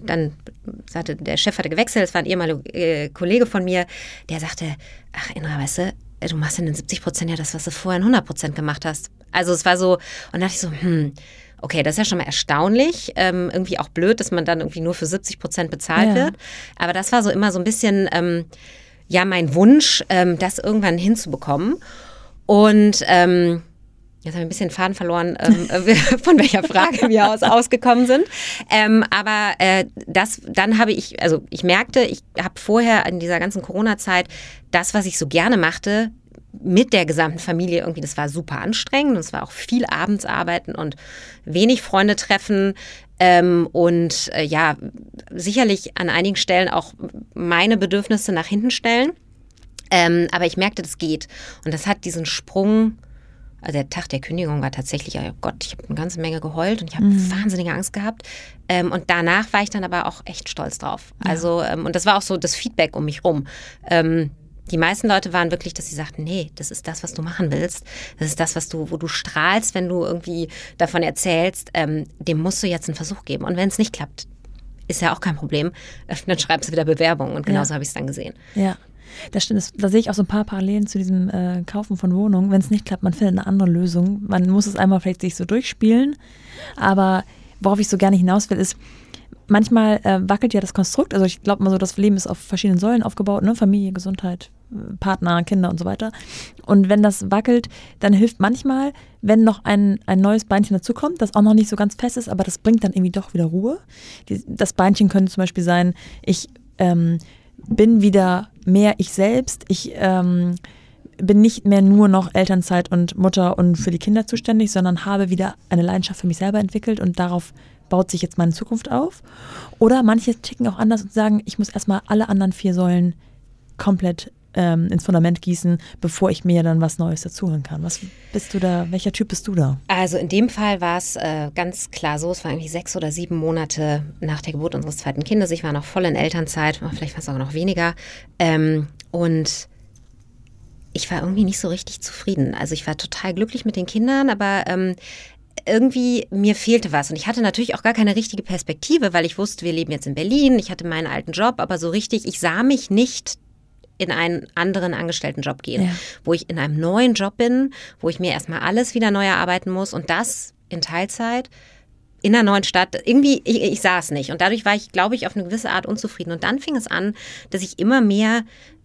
der Chef hatte gewechselt, es war ein ehemaliger Kollege von mir, der sagte, ach Indra, weißt du machst in den 70% ja das, was du vorher in 100% gemacht hast. Also es war so, und da dachte ich so, okay, das ist ja schon mal erstaunlich, irgendwie auch blöd, dass man dann irgendwie nur für 70% bezahlt wird. Aber das war so immer so ein bisschen, mein Wunsch, das irgendwann hinzubekommen. Und jetzt habe ich ein bisschen Faden verloren, von welcher Frage wir ausgekommen sind. Aber dann habe ich merkte, ich habe vorher in dieser ganzen Corona-Zeit das, was ich so gerne machte, mit der gesamten Familie irgendwie, das war super anstrengend und es war auch viel abends arbeiten und wenig Freunde treffen und sicherlich an einigen Stellen auch meine Bedürfnisse nach hinten stellen. Aber ich merkte, das geht. Und das hat diesen Sprung, also der Tag der Kündigung war tatsächlich, oh Gott, ich habe eine ganze Menge geheult und ich habe wahnsinnige Angst gehabt. Und danach war ich dann aber auch echt stolz drauf. Ja. Also, und das war auch so das Feedback um mich rum. Die meisten Leute waren wirklich, dass sie sagten, nee, das ist das, was du machen willst. Das ist das, wo du strahlst, wenn du irgendwie davon erzählst. Dem musst du jetzt einen Versuch geben. Und wenn es nicht klappt, ist ja auch kein Problem. Dann schreibst du wieder Bewerbung. Und genauso habe ich es dann gesehen. Ja. Das stimmt, da sehe ich auch so ein paar Parallelen zu diesem Kaufen von Wohnungen. Wenn es nicht klappt, man findet eine andere Lösung. Man muss es einmal vielleicht sich so durchspielen. Aber worauf ich so gerne hinaus will, ist, manchmal wackelt ja das Konstrukt. Also ich glaube mal so, das Leben ist auf verschiedenen Säulen aufgebaut, ne? Familie, Gesundheit, Partner, Kinder und so weiter. Und wenn das wackelt, dann hilft manchmal, wenn noch ein neues Beinchen dazukommt, das auch noch nicht so ganz fest ist, aber das bringt dann irgendwie doch wieder Ruhe. Das Beinchen könnte zum Beispiel sein, ich bin wieder mehr ich selbst, ich bin nicht mehr nur noch Elternzeit und Mutter und für die Kinder zuständig, sondern habe wieder eine Leidenschaft für mich selber entwickelt und darauf baut sich jetzt meine Zukunft auf. Oder manche ticken auch anders und sagen, ich muss erstmal alle anderen 4 Säulen komplett ins Fundament gießen, bevor ich mir dann was Neues dazuholen kann. Was bist du da? Welcher Typ bist du da? Also in dem Fall war es ganz klar so, es war irgendwie 6 oder 7 Monate nach der Geburt unseres zweiten Kindes. Ich war noch voll in Elternzeit, vielleicht war es auch noch weniger. Und ich war irgendwie nicht so richtig zufrieden. Also ich war total glücklich mit den Kindern, aber irgendwie, mir fehlte was. Und ich hatte natürlich auch gar keine richtige Perspektive, weil ich wusste, wir leben jetzt in Berlin, ich hatte meinen alten Job, aber so richtig, ich sah mich nicht in einen anderen Angestelltenjob gehen, wo ich in einem neuen Job bin, wo ich mir erstmal alles wieder neu erarbeiten muss und das in Teilzeit in einer neuen Stadt. Irgendwie, ich sah es nicht. Und dadurch war ich, glaube ich, auf eine gewisse Art unzufrieden. Und dann fing es an, dass ich immer mehr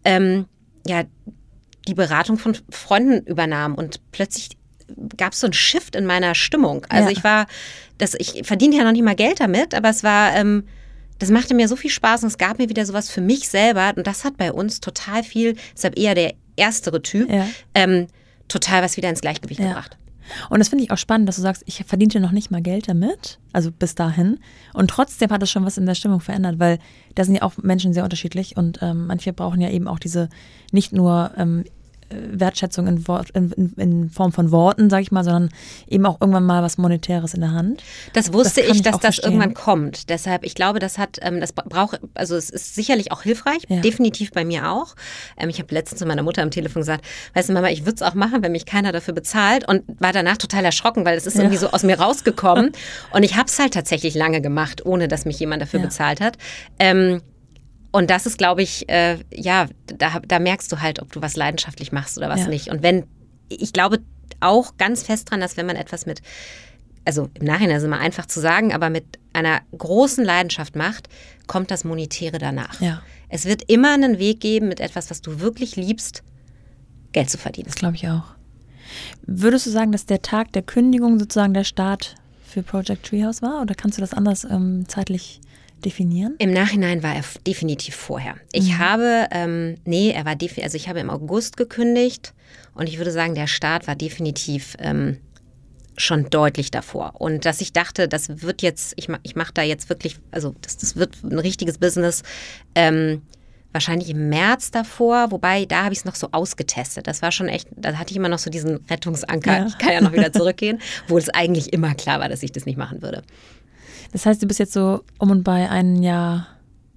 die Beratung von Freunden übernahm und plötzlich gab es so einen Shift in meiner Stimmung. Also ich verdiente ja noch nicht mal Geld damit, aber es war, das machte mir so viel Spaß und es gab mir wieder sowas für mich selber und das hat bei uns total viel, deshalb eher der erstere Typ, total was wieder ins Gleichgewicht gebracht. Und das finde ich auch spannend, dass du sagst, ich verdiente noch nicht mal Geld damit, also bis dahin. Und trotzdem hat es schon was in der Stimmung verändert, weil da sind ja auch Menschen sehr unterschiedlich und manche brauchen ja eben auch diese nicht nur Wertschätzung in Form von Worten, sage ich mal, sondern eben auch irgendwann mal was Monetäres in der Hand. Das wusste ich, dass das irgendwann kommt. Deshalb, ich glaube, es ist sicherlich auch hilfreich, definitiv bei mir auch. Ich habe letztens zu meiner Mutter am Telefon gesagt, weißt du Mama, ich würde es auch machen, wenn mich keiner dafür bezahlt und war danach total erschrocken, weil es ist irgendwie so aus mir rausgekommen und ich habe es halt tatsächlich lange gemacht, ohne dass mich jemand dafür bezahlt hat. Und das ist, glaube ich, da merkst du halt, ob du was leidenschaftlich machst oder was nicht. Und ich glaube auch ganz fest dran, dass wenn man etwas also im Nachhinein ist es immer einfach zu sagen, aber mit einer großen Leidenschaft macht, kommt das Monetäre danach. Ja. Es wird immer einen Weg geben, mit etwas, was du wirklich liebst, Geld zu verdienen. Das glaube ich auch. Würdest du sagen, dass der Tag der Kündigung sozusagen der Start für Project Treehouse war? Oder kannst du das anders zeitlich definieren? Im Nachhinein war er definitiv vorher. Ich habe, ich habe im August gekündigt und ich würde sagen, der Start war definitiv schon deutlich davor. Und dass ich dachte, das wird jetzt, ich mache da jetzt wirklich, also das wird ein richtiges Business, wahrscheinlich im März davor, wobei da habe ich es noch so ausgetestet. Das war schon echt, da hatte ich immer noch so diesen Rettungsanker, ich kann ja noch wieder zurückgehen, wo es eigentlich immer klar war, dass ich das nicht machen würde. Das heißt, du bist jetzt so um und bei ein Jahr?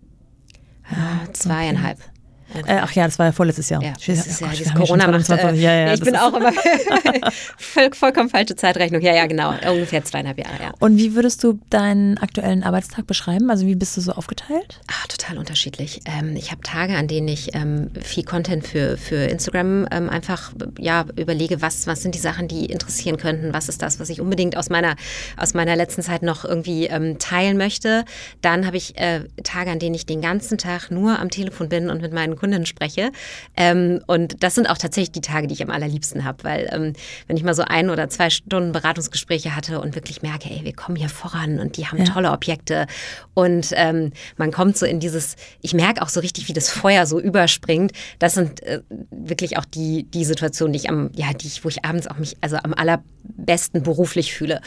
2,5. Ach ja, das war ja vorletztes Jahr. Ja, dieses Corona macht. Ich bin auch immer vollkommen falsche Zeitrechnung. Ja, genau. Ungefähr 2,5 Jahre, ja. Und wie würdest du deinen aktuellen Arbeitstag beschreiben? Also wie bist du so aufgeteilt? Total unterschiedlich. Ich habe Tage, an denen ich viel Content für Instagram einfach überlege, was sind die Sachen, die interessieren könnten, was ist das, was ich unbedingt aus meiner letzten Zeit noch irgendwie teilen möchte. Dann habe ich Tage, an denen ich den ganzen Tag nur am Telefon bin und mit meinen Kunden spreche. Und das sind auch tatsächlich die Tage, die ich am allerliebsten habe, weil wenn ich mal so 1 oder 2 Stunden Beratungsgespräche hatte und wirklich merke, ey, wir kommen hier voran und die haben tolle Objekte und man kommt so in dieses, ich merke auch so richtig, wie das Feuer so überspringt. Das sind wirklich auch die Situationen, wo ich abends auch mich am allerbesten beruflich fühle.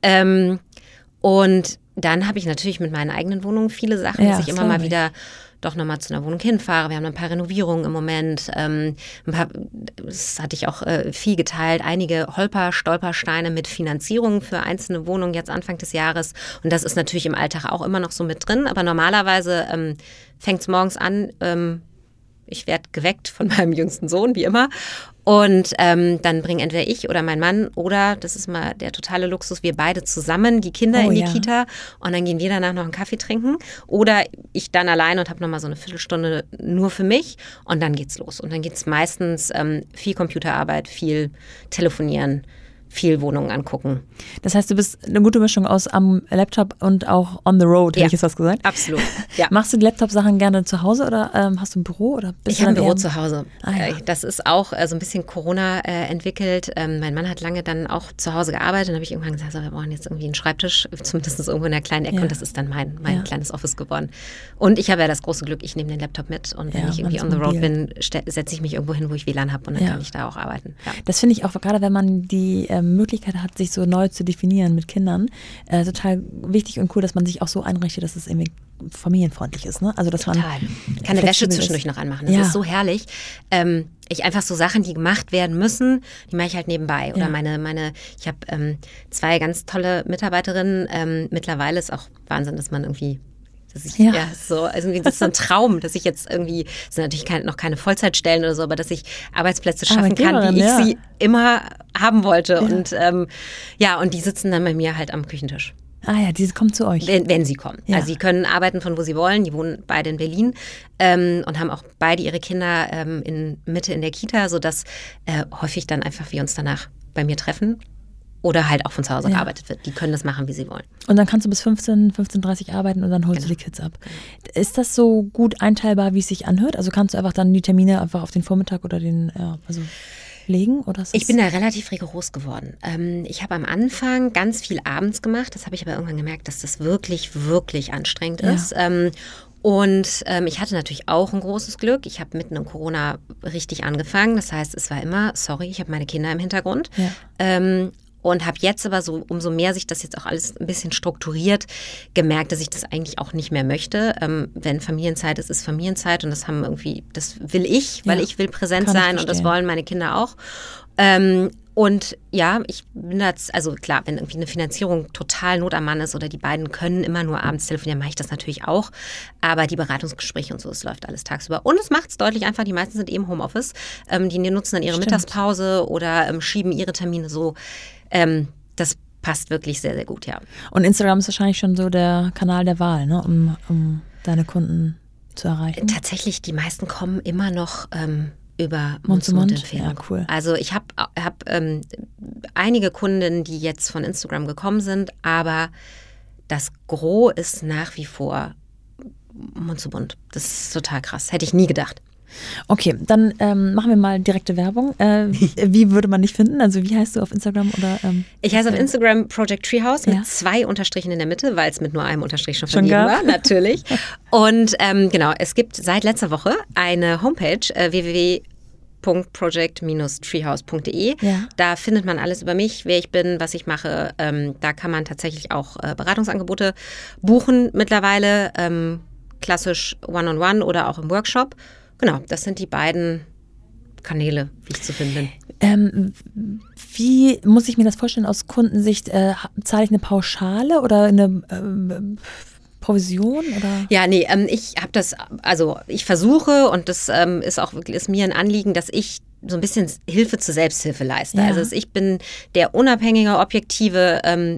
Und dann habe ich natürlich mit meinen eigenen Wohnungen viele Sachen, dass ich immer mal wieder doch nochmal zu einer Wohnung hinfahre. Wir haben ein paar Renovierungen im Moment. Das hatte ich auch viel geteilt. Einige Stolpersteine mit Finanzierungen für einzelne Wohnungen jetzt Anfang des Jahres. Und das ist natürlich im Alltag auch immer noch so mit drin. Aber normalerweise fängt es morgens an. Ich werde geweckt von meinem jüngsten Sohn, wie immer. Und dann bringen entweder ich oder mein Mann oder, das ist mal der totale Luxus, wir beide zusammen die Kinder in die Kita und dann gehen wir danach noch einen Kaffee trinken. Oder ich dann alleine und habe nochmal so eine Viertelstunde nur für mich und dann geht's los. Und dann geht's meistens viel Computerarbeit, viel Telefonieren, viel Wohnungen angucken. Das heißt, du bist eine gute Mischung aus am Laptop und auch on the road, hätte ich jetzt was gesagt? Absolut. Ja. Machst du die Laptop-Sachen gerne zu Hause oder hast du ein Büro? Oder ich habe ein Büro zu Hause. Das ist auch so ein bisschen Corona entwickelt. Mein Mann hat lange dann auch zu Hause gearbeitet. Dann habe ich irgendwann gesagt, wir brauchen jetzt irgendwie einen Schreibtisch, zumindest irgendwo in der kleinen Ecke. Und das ist dann mein kleines Office geworden. Und ich habe ja das große Glück, ich nehme den Laptop mit. Und wenn ich irgendwie on the road bin, setze ich mich irgendwo hin, wo ich WLAN habe und dann kann ich da auch arbeiten. Ja. Das finde ich auch, gerade wenn man die Möglichkeit hat, sich so neu zu definieren mit Kindern, total wichtig und cool, dass man sich auch so einrichtet, dass es irgendwie familienfreundlich ist. Ne? Also, dass man keine Wäsche zwischendurch noch anmachen. Das ist so herrlich. Ich einfach so Sachen, die gemacht werden müssen, die mache ich halt nebenbei. Oder ich habe 2 ganz tolle Mitarbeiterinnen. Mittlerweile ist auch Wahnsinn, dass man irgendwie Das ist so ein Traum, dass ich jetzt irgendwie, das sind natürlich noch keine Vollzeitstellen oder so, aber dass ich Arbeitsplätze schaffen kann, wie ich sie immer haben wollte. Ja. Und die sitzen dann bei mir halt am Küchentisch. Ah ja, die kommen zu euch. Wenn sie kommen. Ja. Also sie können arbeiten von wo sie wollen. Die wohnen beide in Berlin und haben auch beide ihre Kinder in Mitte in der Kita, sodass häufig dann einfach wir uns danach bei mir treffen. Oder halt auch von zu Hause gearbeitet wird. Die können das machen, wie sie wollen. Und dann kannst du bis 15:30 arbeiten und dann holst du die Kids ab. Ist das so gut einteilbar, wie es sich anhört? Also kannst du einfach dann die Termine einfach auf den Vormittag oder legen? Oder ich bin da relativ rigoros geworden. Ich habe am Anfang ganz viel abends gemacht. Das habe ich aber irgendwann gemerkt, dass das wirklich, wirklich anstrengend ist. Und ich hatte natürlich auch ein großes Glück. Ich habe mitten in Corona richtig angefangen. Das heißt, es war immer, ich habe meine Kinder im Hintergrund. Ja. Und habe jetzt aber so, umso mehr sich das jetzt auch alles ein bisschen strukturiert, gemerkt, dass ich das eigentlich auch nicht mehr möchte. Wenn Familienzeit ist, ist Familienzeit und das will ich, weil ich will präsent sein und das wollen meine Kinder auch. Und ja, ich bin jetzt, also klar, wenn irgendwie eine Finanzierung total Not am Mann ist oder die beiden können immer nur abends telefonieren, mache ich das natürlich auch. Aber die Beratungsgespräche und so, es läuft alles tagsüber. Und es macht es deutlich einfach, die meisten sind eben Homeoffice. Die nutzen dann ihre Mittagspause oder schieben ihre Termine so. Das passt wirklich sehr, sehr gut, ja. Und Instagram ist wahrscheinlich schon so der Kanal der Wahl, ne, um deine Kunden zu erreichen? Tatsächlich, die meisten kommen immer noch über Mund-zu-Mund-Empfehlung. Ja, cool. Also ich habe einige Kundinnen, die jetzt von Instagram gekommen sind, aber das Gros ist nach wie vor Mund-zu-Mund. Das ist total krass. Hätte ich nie gedacht. Okay, dann machen wir mal direkte Werbung. Wie würde man dich finden? Also wie heißt du auf Instagram? Oder, ich heiße auf Instagram Project Treehouse mit 2 Unterstrichen in der Mitte, weil es mit nur einem Unterstrich schon vergeben war, natürlich. Und es gibt seit letzter Woche eine Homepage, www.project-treehouse.de. Ja. Da findet man alles über mich, wer ich bin, was ich mache. Da kann man tatsächlich auch Beratungsangebote buchen mittlerweile, klassisch One-on-One oder auch im Workshop. Genau, das sind die beiden Kanäle, wie ich zu finden bin. Wie muss ich mir das vorstellen aus Kundensicht? Zahle ich eine Pauschale oder eine Provision? Oder? Ja, nee, ich habe das, also ich versuche und das ist mir ein Anliegen, dass ich so ein bisschen Hilfe zur Selbsthilfe leiste. Ja. Also ich bin der unabhängige, objektive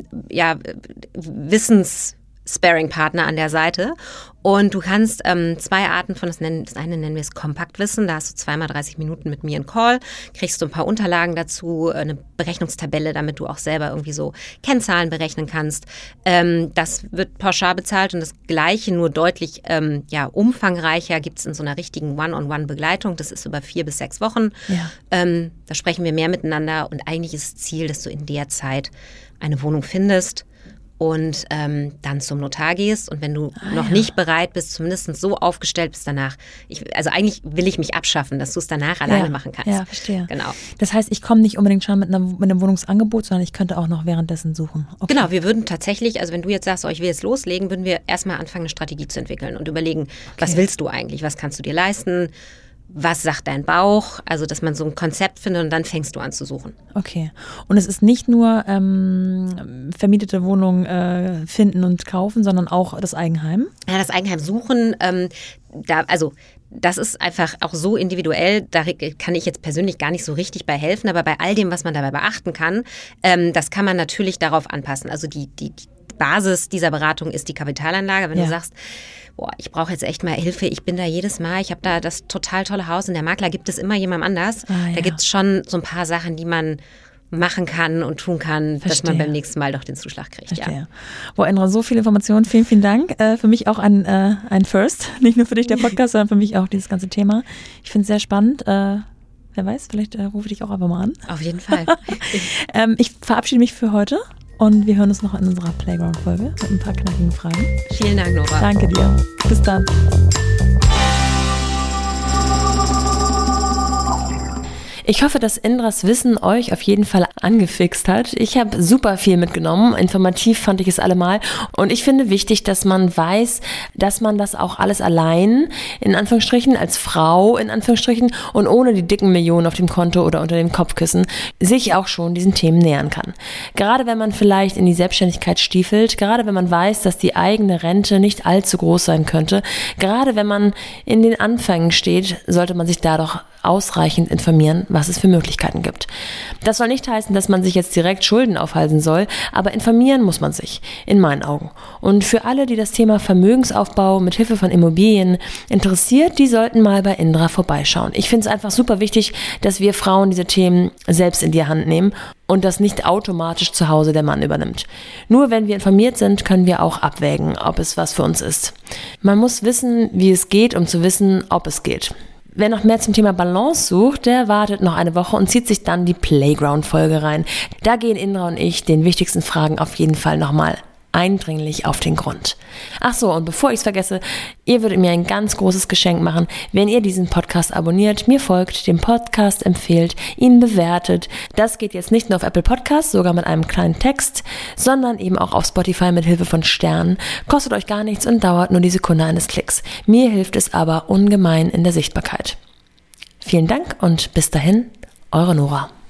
Wissens-Sparing-Partner an der Seite. Und du kannst 2 Arten von, das eine nennen wir es Kompaktwissen, da hast du 2 mal 30 Minuten mit mir einen Call, kriegst du ein paar Unterlagen dazu, eine Berechnungstabelle, damit du auch selber irgendwie so Kennzahlen berechnen kannst. Das wird pauschal bezahlt und das Gleiche, nur deutlich umfangreicher gibt es in so einer richtigen One-on-One-Begleitung. Das ist über 4 bis 6 Wochen. Ja. Da sprechen wir mehr miteinander und eigentlich ist das Ziel, dass du in der Zeit eine Wohnung findest und dann zum Notar gehst und wenn du noch nicht bereit bist, zumindest so aufgestellt bist danach, eigentlich will ich mich abschaffen, dass du es danach alleine machen kannst. Ja, verstehe. Genau. Das heißt, ich komme nicht unbedingt schon mit einem Wohnungsangebot, sondern ich könnte auch noch währenddessen suchen. Okay. Genau, wir würden tatsächlich, also wenn du jetzt sagst, ich will jetzt loslegen, würden wir erstmal anfangen, eine Strategie zu entwickeln und überlegen, was willst du eigentlich, was kannst du dir leisten, was sagt dein Bauch? Also, dass man so ein Konzept findet und dann fängst du an zu suchen. Okay. Und es ist nicht nur vermietete Wohnungen finden und kaufen, sondern auch das Eigenheim? Ja, das Eigenheim suchen, das ist einfach auch so individuell, da kann ich jetzt persönlich gar nicht so richtig bei helfen, aber bei all dem, was man dabei beachten kann, das kann man natürlich darauf anpassen. Also die Basis dieser Beratung ist die Kapitalanlage. Wenn du sagst, ich brauche jetzt echt mal Hilfe, ich bin da jedes Mal, ich habe da das total tolle Haus und der Makler gibt es immer jemandem anders. Da gibt es schon so ein paar Sachen, die man machen kann und tun kann, dass man beim nächsten Mal doch den Zuschlag kriegt. Ja. Boah, Indra, so viele Informationen, vielen, vielen Dank. Für mich auch ein First, nicht nur für dich der Podcast, sondern für mich auch dieses ganze Thema. Ich finde es sehr spannend. Wer weiß, vielleicht rufe ich dich auch einfach mal an. Auf jeden Fall. Ich verabschiede mich für heute. Und wir hören uns noch in unserer Playground-Folge mit ein paar knackigen Fragen. Vielen Dank, Nora. Danke dir. Bis dann. Ich hoffe, dass Indras Wissen euch auf jeden Fall angefixt hat. Ich habe super viel mitgenommen. Informativ fand ich es allemal. Und ich finde wichtig, dass man weiß, dass man das auch alles allein, in Anführungsstrichen, als Frau, in Anführungsstrichen, und ohne die dicken Millionen auf dem Konto oder unter dem Kopfkissen, sich auch schon diesen Themen nähern kann. Gerade wenn man vielleicht in die Selbstständigkeit stiefelt, gerade wenn man weiß, dass die eigene Rente nicht allzu groß sein könnte, gerade wenn man in den Anfängen steht, sollte man sich da doch ausreichend informieren, was es für Möglichkeiten gibt. Das soll nicht heißen, dass man sich jetzt direkt Schulden aufhalsen soll, aber informieren muss man sich, in meinen Augen. Und für alle, die das Thema Vermögensaufbau mit Hilfe von Immobilien interessiert, die sollten mal bei Indra vorbeischauen. Ich finde es einfach super wichtig, dass wir Frauen diese Themen selbst in die Hand nehmen und das nicht automatisch zu Hause der Mann übernimmt. Nur wenn wir informiert sind, können wir auch abwägen, ob es was für uns ist. Man muss wissen, wie es geht, um zu wissen, ob es geht. Wer noch mehr zum Thema Balance sucht, der wartet noch eine Woche und zieht sich dann die Playground-Folge rein. Da gehen Indra und ich den wichtigsten Fragen auf jeden Fall nochmal eindringlich auf den Grund. Ach so, und bevor ich es vergesse, ihr würdet mir ein ganz großes Geschenk machen, wenn ihr diesen Podcast abonniert, mir folgt, dem Podcast empfehlt, ihn bewertet. Das geht jetzt nicht nur auf Apple Podcasts, sogar mit einem kleinen Text, sondern eben auch auf Spotify mit Hilfe von Sternen. Kostet euch gar nichts und dauert nur die Sekunde eines Klicks. Mir hilft es aber ungemein in der Sichtbarkeit. Vielen Dank und bis dahin, eure Nora.